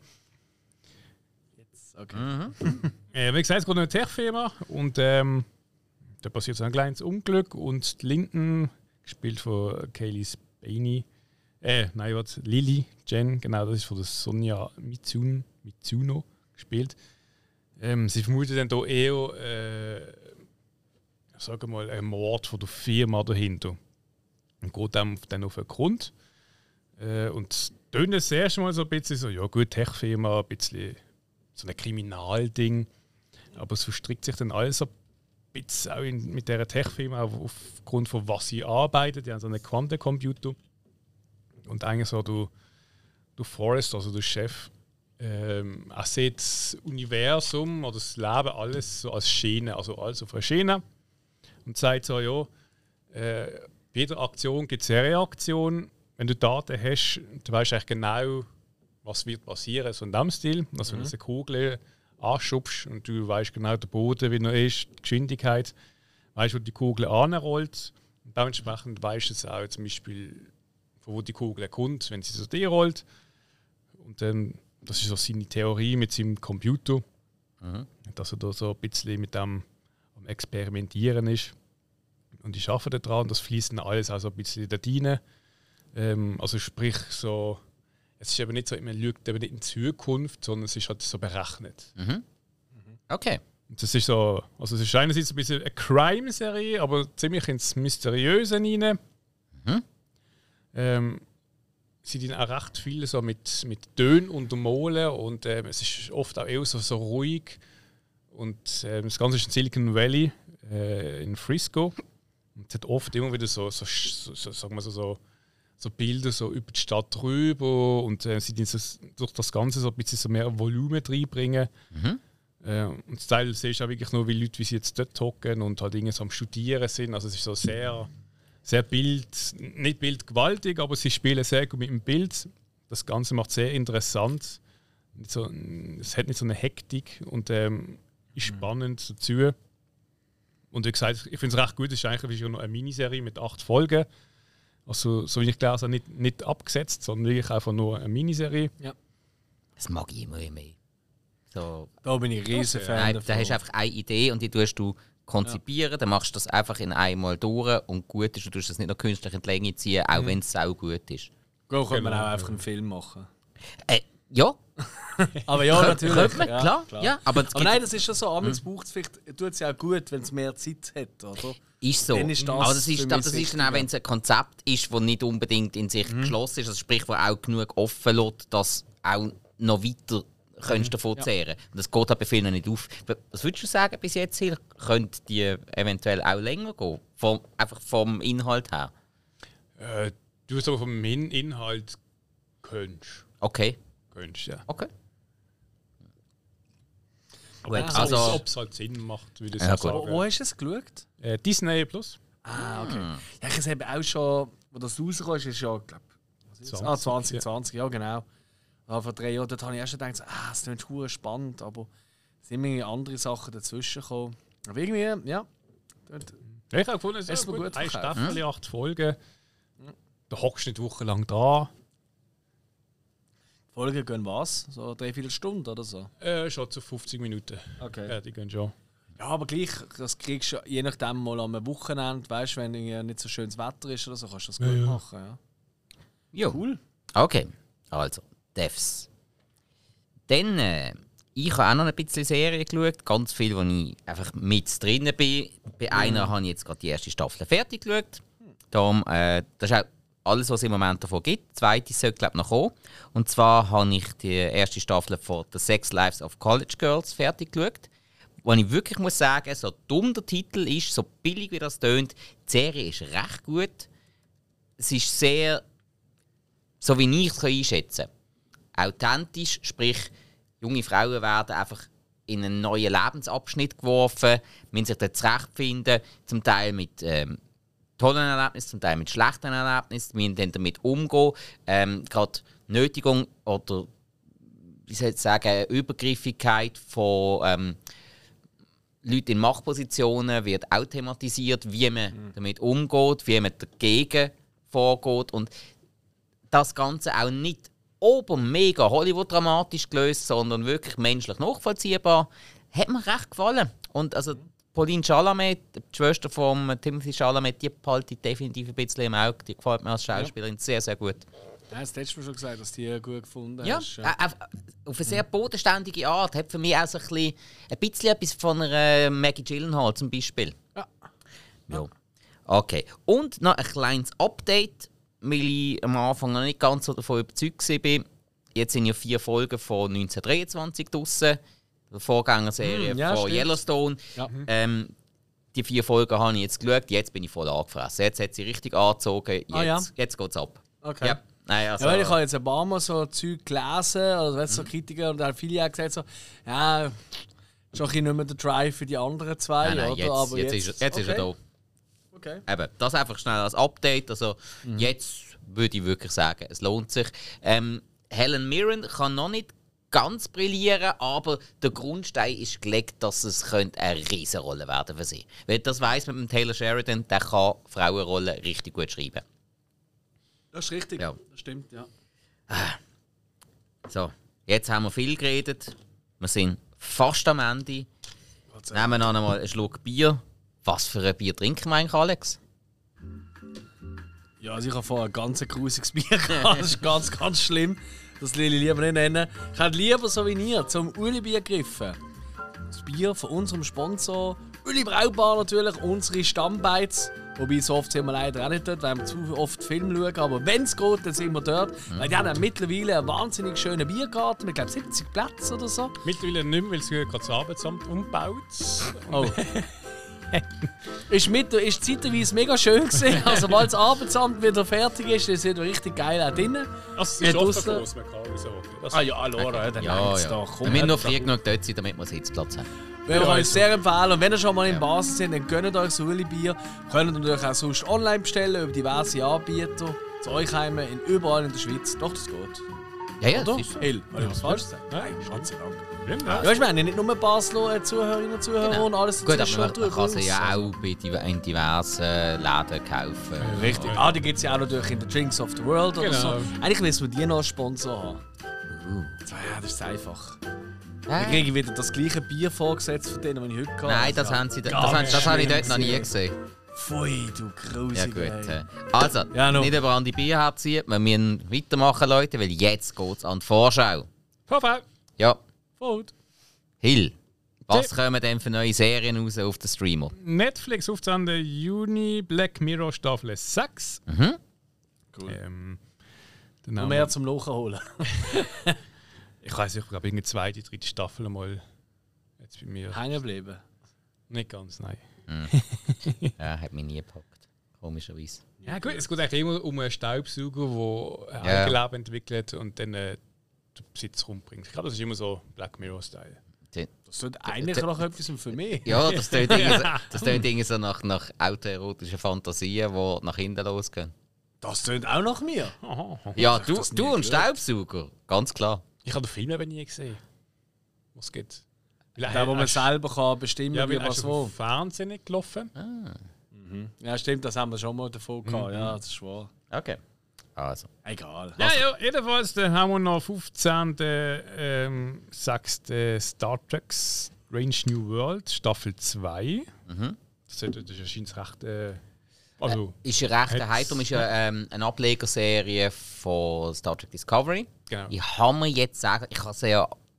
Okay. Mhm. Äh, wie gesagt, es geht um eine Tech-Firma und ähm, da passiert so ein kleines Unglück und die Linden, gespielt von Kaylee Spaney, äh, nein, was, Lily Jen, genau, das ist von der Sonja Mitsuno, Mitsuno gespielt. Ähm, sie vermutet dann hier eher, äh, sagen wir mal, einen Mord von der Firma dahinter. Und geht dann, dann auf den Grund. Äh, und tönt das erste Mal so ein bisschen so, ja gut, Tech-Firma, ein bisschen so ein Kriminalding. Aber es verstrickt sich dann alles so ein bisschen auch in, mit dieser Tech-Firma, auf, aufgrund von was sie arbeitet. Die haben so einen Quantencomputer. Und eigentlich so du, du Forrest, also der Chef, ähm, er sieht das Universum oder das Leben alles so als Schiene, also alles auf einer Schiene. Und sagt so, ja, äh, bei jeder Aktion gibt es eine Reaktion. Wenn du Daten hast, du weißt eigentlich genau, was wird passieren, so in diesem Stil. Also wenn du eine Kugel anschubst und du weißt genau den Boden, wie er ist, die Geschwindigkeit, weißt du, wo die Kugel anrollt. Und dementsprechend weißt du es auch zum Beispiel, von wo die Kugel kommt, wenn sie zu dir rollt. Und dann, das ist so seine Theorie mit seinem Computer, Mhm. dass er da so ein bisschen mit dem am Experimentieren ist. Und ich arbeite daran, das fließt dann alles auch so ein bisschen da rein. Ähm, also sprich so, es ist eben nicht so, man schaut eben nicht in die Zukunft, sondern es ist halt so berechnet. Mhm. Okay. Und das ist so, also es ist einerseits ein bisschen eine Crime-Serie, aber ziemlich ins Mysteriöse rein. Mhm. Ähm, sie tun auch recht viel so mit, mit Tönen untermalen und ähm, es ist oft auch eher so, so ruhig. Und ähm, das Ganze ist in Silicon Valley, äh, in Frisco. Und es hat oft immer wieder so, so, so, so, sagen wir so, so, so Bilder so über die Stadt drüber und äh, sie tun so, durch das Ganze so ein bisschen so mehr Volumen reinbringen. Mhm. Äh, und das Teil siehst du auch wirklich nur, wie Leute, wie sie jetzt dort hocken und halt Dinge so am Studieren sind. Also es ist so sehr, sehr Bild, nicht bildgewaltig, aber sie spielen sehr gut mit dem Bild. Das Ganze macht sehr interessant. Nicht so, es hat nicht so eine Hektik und ähm, ist spannend dazu. Und wie gesagt, ich finde es recht gut. Es ist eigentlich schon noch eine Miniserie mit acht Folgen. Also, so wie ich gelesen habe, nicht, nicht abgesetzt, sondern wirklich einfach nur eine Miniserie. Das mag ich immer mehr. So, Da bin ich ein riesen Fan nein, davon. da hast du einfach eine Idee und die tust du konzipieren, dann machst du das einfach in einmal durch und gut ist, du tust das nicht noch künstlich in die Länge ziehen, auch wenn es auch gut ist. Gut, können wir Genau, auch einfach einen Film machen. Äh, ja, Aber ja, natürlich. könnte man, ja, klar, ja, aber es Aber gibt, nein, das ist schon so. Amigs braucht es vielleicht, tut es ja auch gut, wenn es mehr Zeit hat, oder? ist so. dann ist das aber das für ist, mich aber das ist dann auch, wichtiger. wenn es ein Konzept ist, das nicht unbedingt in sich geschlossen ist, also sprich, wo auch genug offen lässt, dass auch noch weiter könntest davon zehren. Und das geht halt bei vielen nicht auf. Was würdest du sagen bis jetzt hier? Könnte die eventuell auch länger gehen? Vom, einfach vom Inhalt her? Äh, du es aber vom In- Inhalt könntest. Okay, Könntest, ja. okay. Aber Gut, also, also- ob es halt Sinn macht, würde ich Ja, so gut. Wo, sagen. wo hast du es geschaut? Äh, Disney Plus. Ah, okay. Ja, ich habe auch schon, wo das rausgekommen ist, ist ja, glaube ich, ah, zwanzig zwanzig, ja. ja genau. Ah, vor drei Jahren, dort habe ich auch schon gedacht, so, ah, es klingt verdammt spannend, aber es sind irgendwie andere Sachen dazwischen gekommen. Aber irgendwie, ja. Dort, Ja, ich habe gefunden, es Hast ist du mir gut. gut Eine verkauft. Staffel, acht Folgen. Da hockst du nicht wochenlang dran. die Folgen gehen was? So drei, vier Stunden oder so? Äh, schon zu fünfzig Minuten. Okay. Ja, die gehen schon. Ja, aber gleich, das kriegst du je nachdem mal am Wochenende, weißt du, wenn irgendwie nicht so schönes Wetter ist oder so, kannst du das gut Ja, ja. machen. Ja. Jo. Cool. Okay, also, Devs. Dann äh, ich habe auch noch ein bisschen Serien geschaut, ganz viel, wo ich einfach mit drin bin. Bei einer habe ich jetzt gerade die erste Staffel fertig geschaut. Darum, äh, das ist auch alles, was es im Moment davon gibt. Die zweite sollte, glaube ich, noch kommen. Und zwar habe ich die erste Staffel von The Sex Lives of College Girls fertig geschaut. Wo ich wirklich muss sagen, so dumm der Titel ist, so billig wie das tönt, die Serie ist recht gut. Es ist sehr, so wie ich es einschätzen kann, authentisch, sprich, junge Frauen werden einfach in einen neuen Lebensabschnitt geworfen, müssen sich dort zurechtfinden, zum Teil mit ähm, tollen Erlebnissen, zum Teil mit schlechten Erlebnissen, müssen dann damit umgehen. Ähm, Gerade Nötigung oder wie soll ich sagen, Übergriffigkeit von ähm, Leuten in Machtpositionen wird auch thematisiert, wie man mhm. damit umgeht, wie man dagegen vorgeht. Und das Ganze auch nicht ober mega Hollywood-dramatisch gelöst, sondern wirklich menschlich nachvollziehbar. Hat mir recht gefallen. Und also Pauline Chalamet, die Schwester von Timothy Chalamet, die behalte ich definitiv ein bisschen im Auge. Die gefällt mir als Schauspielerin ja. sehr, sehr gut. Ja, das hättest du mir schon gesagt, dass du die gut gefunden ja, hast. Ja, auf, auf eine sehr bodenständige Art. Hat für mich auch so ein bisschen, ein bisschen etwas von einer Maggie Gyllenhaal zum Beispiel. Ja. ja. Okay. Und noch ein kleines Update, weil ich am Anfang noch nicht ganz so davon überzeugt war. Jetzt sind ja vier Folgen von neunzehnhundertdreiundzwanzig draussen, der Vorgängerserie mm, ja, von stimmt. Yellowstone. Ja. Ähm, die vier Folgen habe ich jetzt geschaut, jetzt bin ich voll angefressen. Jetzt hat sie richtig angezogen, jetzt, ah, ja. jetzt geht es ab. Okay. Ja. Nein, also, ja, ich habe jetzt ein paar Mal so Zeug gelesen, oder weißt, so Kritiker, und dann viele haben gesagt, so, ja, schon ein nicht mehr der Drive für die anderen zwei. Nein, nein, oder? Jetzt, Aber jetzt, jetzt, ist, jetzt okay. ist er da. Okay. Eben, das einfach schnell als Update. Also, mhm. Jetzt würde ich wirklich sagen, es lohnt sich. Ähm, Helen Mirren kann noch nicht ganz brillieren, aber der Grundstein ist gelegt, dass es eine Riesenrolle werden für sie. Weil das weiss man mit dem Taylor Sheridan, der kann Frauenrollen richtig gut schreiben. Das ist richtig, ja. Das stimmt, ja. So, jetzt haben wir viel geredet. Wir sind fast am Ende. Nehmen wir noch einmal einen Schluck Bier. Was für ein Bier trinken wir eigentlich, Alex? Ja, also ich habe vorher ein ganz grusiges Bier gehabt. Das ist ganz, ganz schlimm. Das will ich lieber nicht nennen. Ich hätte lieber so wie ihr zum Uli-Bier gegriffen. Das Bier von unserem Sponsor Uli Braubar natürlich, unsere Stammbeiz. Wobei so oft sind wir leider auch nicht dort, weil wir zu oft Film schauen. Aber wenn es geht, dann sind wir dort. Mhm. Weil die haben mittlerweile einen wahnsinnig schönen Biergarten. Ich glaube siebzig Plätze oder so. Mittlerweile nicht mehr, weil es gerade das Arbeitsamt umbaut. Oh. ist, mit, ist zeitweise mega schön gewesen. Also, weil das Arbeitsamt wieder fertig ist, ist es richtig geil auch drinnen. Das ist offen groß, man kann so. Ah ja, Laura, dann ja, ja. Doch. Wir müssen noch früh genug dort sein, damit wir Sitzplatz haben. Wir ja, euch sehr empfehlen. Und wenn ihr schon mal in Basel sind, dann gönnt euch so ein Bier. Könnt ihr natürlich auch sonst online bestellen über diverse Anbieter. Zu euch heim, in überall in der Schweiz. Doch, das geht. Ja, ja, oder? Das ist Hill, habe ich was falsch gesagt? Nein, Gott sei Dank. Ja, ja, ich meine, nicht nur Basler Zuhörerinnen und Zuhörer genau. und alles Gut, aber man, man kann sie ja auch bei in diversen Läden kaufen. Richtig. Ah, die gibt es ja auch natürlich in den Drinks of the World oder genau. so. Eigentlich müssen wir die noch als Sponsor haben. Uh. Ja, das ist einfach. Dann kriege ich wieder das gleiche Bier vorgesetzt von denen, die ich heute hatte. Nein, das, ja. haben sie, das, das, das, das habe ich dort noch nie gesehen. Pfui, du Grusig. Ja gut. Ey. Also, ja, no. nicht über an die Bier herziehen. Wir müssen weitermachen, Leute, weil jetzt geht es an die Vorschau. Vorschau. Ja. Gut. Hill, was Die. kommen denn für neue Serien raus auf den Streamer? Netflix auf Ende Juni Black Mirror Staffel sechs. Mhm. Cool. Ähm, noch mehr zum Nachholen. Ich weiß nicht, ich glaube, eine zweite, dritte Staffel mal jetzt bei mir. Hängen geblieben? Nicht ganz, nein. Mm. Ja, hat mich nie gepackt. Komischerweise. Ja, gut, es geht eigentlich immer um einen Staubsauger, der ein ja. Eigenleben entwickelt und dann äh, den Besitz rumbringt. Ich glaube, das ist immer so Black Mirror-Style. Das tut eigentlich noch etwas für mich. Ja, das tut irgendwie so nach, nach autoerotischen Fantasien, die nach hinten losgehen. Das tut auch nach mir. Ja, du, du und Staubsauger, ganz klar. Ich habe den Film eben nie gesehen. Was geht? Da, wo man selber kann bestimmen ja, wie was wo. Im Fernsehen nicht gelaufen. Ah. Mhm. Ja, stimmt, das haben wir schon mal davon gehabt. Mhm. Ja, das ist wahr. Okay. Also. Egal. Ja, ja, jedenfalls dann haben wir noch fünfzehnten Ähm, sechsten Star Trek Strange New World, Staffel zwei. Mhm. Das, das erscheint recht. Äh, also, äh, ist ja recht Hype, ist ja ähm, eine Ablegerserie von Star Trek Discovery. Genau. Ich habe mir jetzt sagen, ich habe sie ja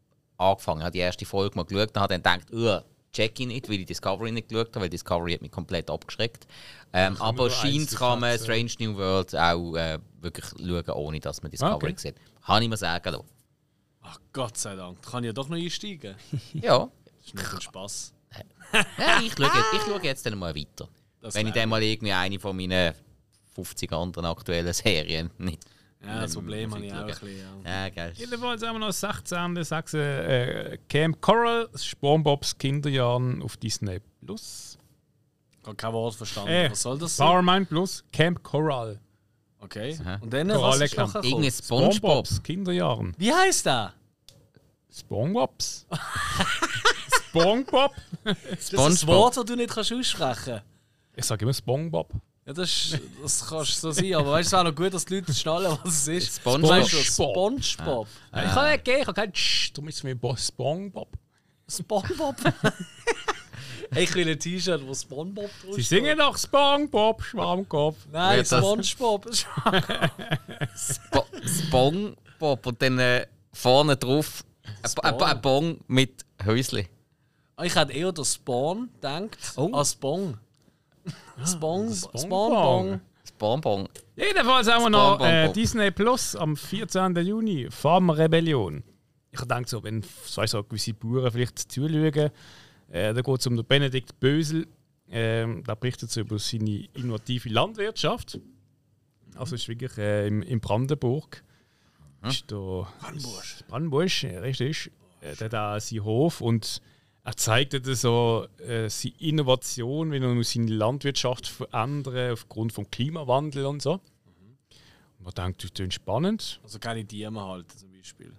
angefangen. Ich habe die erste Folge mal geschaut und habe dann gedacht, uh, check ich nicht, weil ich Discovery nicht geschaut habe, weil Discovery hat mich komplett abgeschreckt. Ähm, aber scheint kann man Strange New World auch äh, wirklich schauen, ohne dass man Discovery okay. sieht. Kann ich mir sagen. Da. Ach Gott sei Dank, da kann ich ja doch noch einsteigen. Ja. Das ist nicht ein Spass. Ja, ich schaue jetzt, ich schaue jetzt dann mal weiter. Das Wenn ich dann mal irgendwie eine von meinen fünfzig anderen aktuellen Serien nicht. Ja, das Problem habe ich auch ein schauen. bisschen. Ja. Ja, geil. Jedenfalls haben wir noch sechzehnten sechsten Äh, Camp Coral, SpongeBobs Kinderjahren auf Disney Plus. Ich habe kein Wort verstanden. Äh, Was soll das sein? Powermind Plus, Camp Coral. Okay. Aha. Und dann, Coral was ist Camp. nachher gekommen? Irgendein SpongeBob. SpongeBobs Kinderjahren. Wie heisst der? SpongeBobs. SpongeBob? Das ist ein SpongeBob. Wort, das du nicht kannst aussprechen kannst. Ich sage immer SpongeBob. Ja, das, ist, das kann so sein, aber weißt du, es wäre noch gut, dass die Leute schnallen, was es ist. SpongeBob. Weißt du, SpongeBob. Ich kann nicht gehen, ich habe keinen Tsch, darum ist es mir Boss SpongeBob. SpongeBob. Ich will ein T-Shirt, wo SpongeBob drauf Sie singen doch SpongeBob, Schwammkopf. Nein, Wer das? SpongeBob. Spo SpongeBob und dann äh, vorne drauf ein, ein, ein Bon mit Häusli. Ich hätte eher den Spawn gedacht, Oh. als Bong. Spawn, Spawn- Spawnbong. Das Bonbon. Jedenfalls haben wir noch SpongeBob. äh, Disney Plus am vierzehnten Juni, Farmrebellion. Ich denke so, wenn so, so gewisse Bauern vielleicht zuschauen, äh, da geht es um den Benedikt Bösel. Ähm, der berichtet so über seine innovative Landwirtschaft. Also ist wirklich äh, im, in Brandenburg. Hm? Ist da Brandenburg. Brandenburg, ja, richtig. Äh, der hat auch seinen Hof und er zeigt dort so äh, seine Innovation, wie er seine Landwirtschaft verändern aufgrund des Klimawandels und so. Und man denkt, das klingt spannend. Also keine Dieme halten zum Beispiel.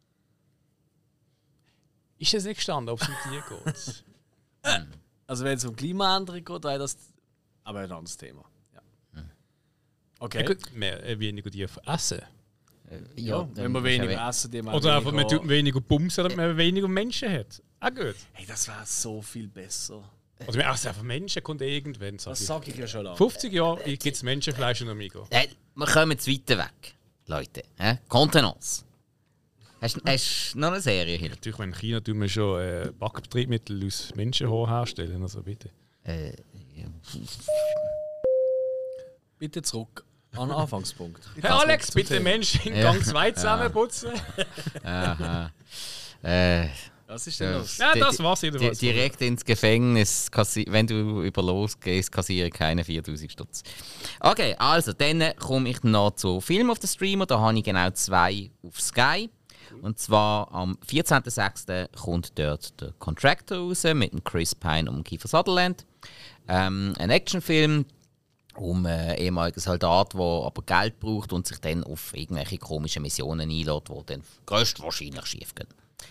Ist es nicht gestanden, ob es mit dir geht? Also wenn es um Klimaänderung geht, wäre das aber ein anderes Thema. Ja. Okay. Ja, gut, mehr, äh, weniger die essen. Ja, wenn man weniger essen, dem Oder einfach, man tut weniger bumsen, damit man weniger Menschen hat. Auch gut. Hey, das wäre so viel besser. Also wir essen einfach Menschen, kommt irgendwann. Sag Das ich. sage ich ja schon lange. fünfzig Jahre gibt es Menschenfleisch in Amigo. Äh, wir kommen jetzt weiter weg, Leute. Äh? Kontenance. Hast du noch eine Serie hier? Natürlich, wenn in China tun wir schon äh, Backbetriebsmittel aus Menschenhaar herstellen, also bitte. Äh, ja. Bitte zurück an den Anfangspunkt. Herr Alex, bitte Mensch in Gang zwei Ja. zusammenputzen. Aha. Äh, Was ist denn los? Ja, Die- das war's di jedenfalls. direkt ins Gefängnis, kassi- wenn du über losgehst, kassiere keine viertausend Stutz. Okay, also, dann komme ich noch zu Film auf den Streamer. Da habe ich genau zwei auf Sky. Und zwar am vierzehnten sechsten kommt dort der Contractor raus mit dem Chris Pine und Kiefer Sutherland. Ähm, ein Actionfilm um einen ehemaligen Soldat, der aber Geld braucht und sich dann auf irgendwelche komischen Missionen einlädt, die dann größtwahrscheinlich schief gehen.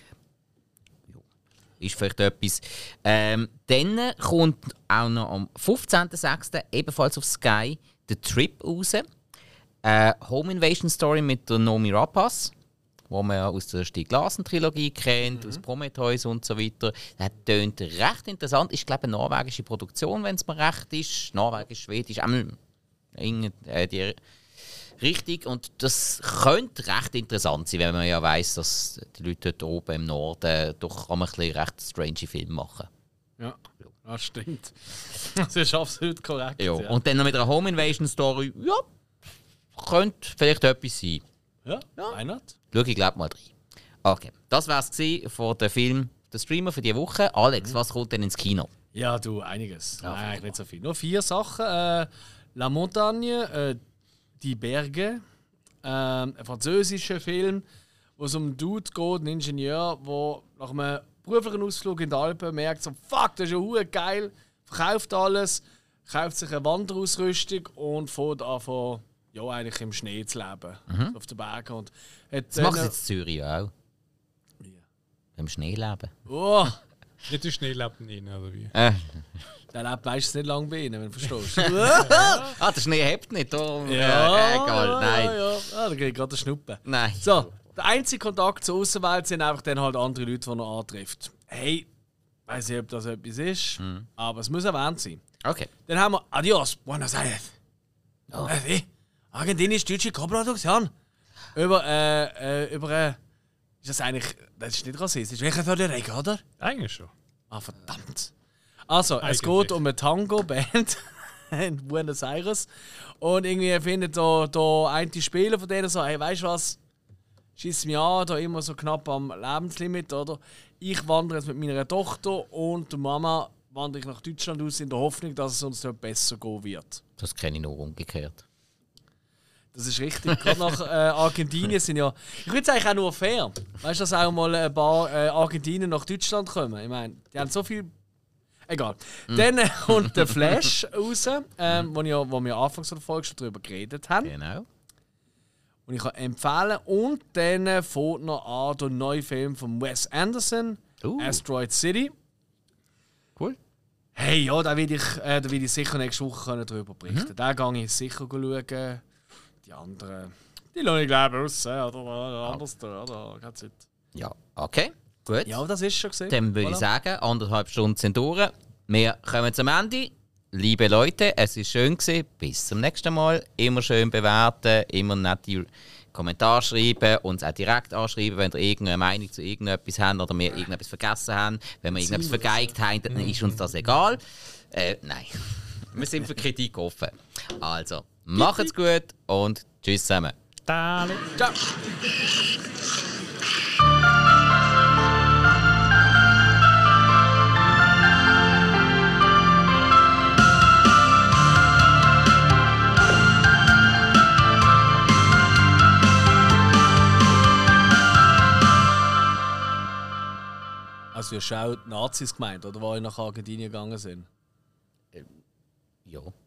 Ja. Ist vielleicht etwas. Ähm, dann kommt auch noch am fünfzehnten sechsten ebenfalls auf Sky der Trip raus. Äh, Home Invasion Story mit der Noomi Rapace, wo man ja aus der Stieg Larsson-Trilogie kennt, mhm. aus Prometheus und so weiter. Das tönt recht interessant. Ist, glaube ich, eine norwegische Produktion, wenn es mir recht ist. Norwegisch, Schwedisch, ähm, äh, die richtig. Und das könnte recht interessant sein, wenn man ja weiss, dass die Leute dort oben im Norden doch ein bisschen recht strange Filme machen. Ja, das stimmt. Das ist absolut korrekt. Ja. Ja, Und dann noch mit einer Home Invasion Story, ja, könnte vielleicht etwas sein. ja, why not? Schau ich glaube mal rein. Okay, das war es von dem Film «Der Streamer» für diese Woche. Alex, was kommt denn ins Kino? Ja, du, einiges. Ja, Nein, eigentlich nicht so viel. Nur vier Sachen. Äh, La Montagne, äh, Die Berge. Äh, ein französischer Film, wo es um einen Dude geht, einen Ingenieur, der nach einem beruflichen Ausflug in die Alpen merkt, so, fuck, das ist ja verdammt geil, verkauft alles, kauft sich eine Wanderausrüstung und fährt an, von, ja, eigentlich im Schnee zu leben. Mhm. So auf den Bergen. Und hat Das machen sie dann- jetzt in Zürich auch. Wie? Im Schnee leben. Oh, Nicht der Schneelappen rein, oder wie? Äh. der lebt meistens nicht lange bei ihnen, wenn du verstehst. Ah, der Schnee hebt nicht. Oh, Ja, äh, egal, nein. Ja, ja. Ah, da kriege ich gerade den Schnuppen. Nein. So, der einzige Kontakt zur Außenwelt sind einfach dann halt andere Leute, die er antrifft. Hey, weiß nicht, ob das etwas ist, Mhm. aber es muss erwähnt sein. Okay. Dann haben wir Adios, Buenos Aires. Oh. Äh, wie? Argentinisch-deutsche Koproduktion. Über, äh, äh, über, äh, Ist das eigentlich. Das ist nicht rassistisch. Welcher soll der Regen, oder? Eigentlich schon. Ah, verdammt. Also, Eigentlich. es geht um eine Tango-Band in Buenos Aires. Und irgendwie findet da, da ein die Spieler von denen so: hey, weißt du was? Schieß mich an, da immer so knapp am Lebenslimit, oder? Ich wandere jetzt mit meiner Tochter und der Mama wandere ich nach Deutschland aus in der Hoffnung, dass es uns dort besser gehen wird. Das kenne ich nur umgekehrt. Das ist richtig. Gerade nach äh, Argentinien sind ja. Ich würde es eigentlich auch nur fair. Weißt du, dass auch mal ein paar äh, Argentinier nach Deutschland kommen? Ich meine, die haben so viel. Egal. Mm. Dann äh, kommt der Flash raus, ähm, wo, ja, wo wir anfangs der Folge schon darüber geredet haben. Genau. Und ich kann empfehlen. Und dann äh, fängt noch an der neue Film von Wes Anderson, Uh. Asteroid City. Cool. Hey, ja, da will ich, äh, da will ich sicher nächste Woche können darüber berichten. Mhm. Da gehe ich sicher schauen. Die anderen, die lasse ich glaube aus, oder, oder anders da, oder? Keine Zeit. Ja, okay, gut. Ja, das ist schon gesehen. Dann würde voilà. ich sagen, anderthalb Stunden sind durch. Wir kommen zum Ende. Liebe Leute, es war schön gewesen. Bis zum nächsten Mal. Immer schön bewerten, immer nette Kommentare schreiben, uns auch direkt anschreiben, wenn ihr irgendeine Meinung zu irgendetwas habt oder wir irgendetwas vergessen haben. Wenn wir irgendetwas vergeigt haben, dann ist uns das egal. Äh, nein, wir sind für Kritik offen. Also, macht's gut und tschüss zusammen. Ciao. Also, ihr schaut Nazis gemeint, oder wo ihr nach Argentinien gegangen sind? Ja.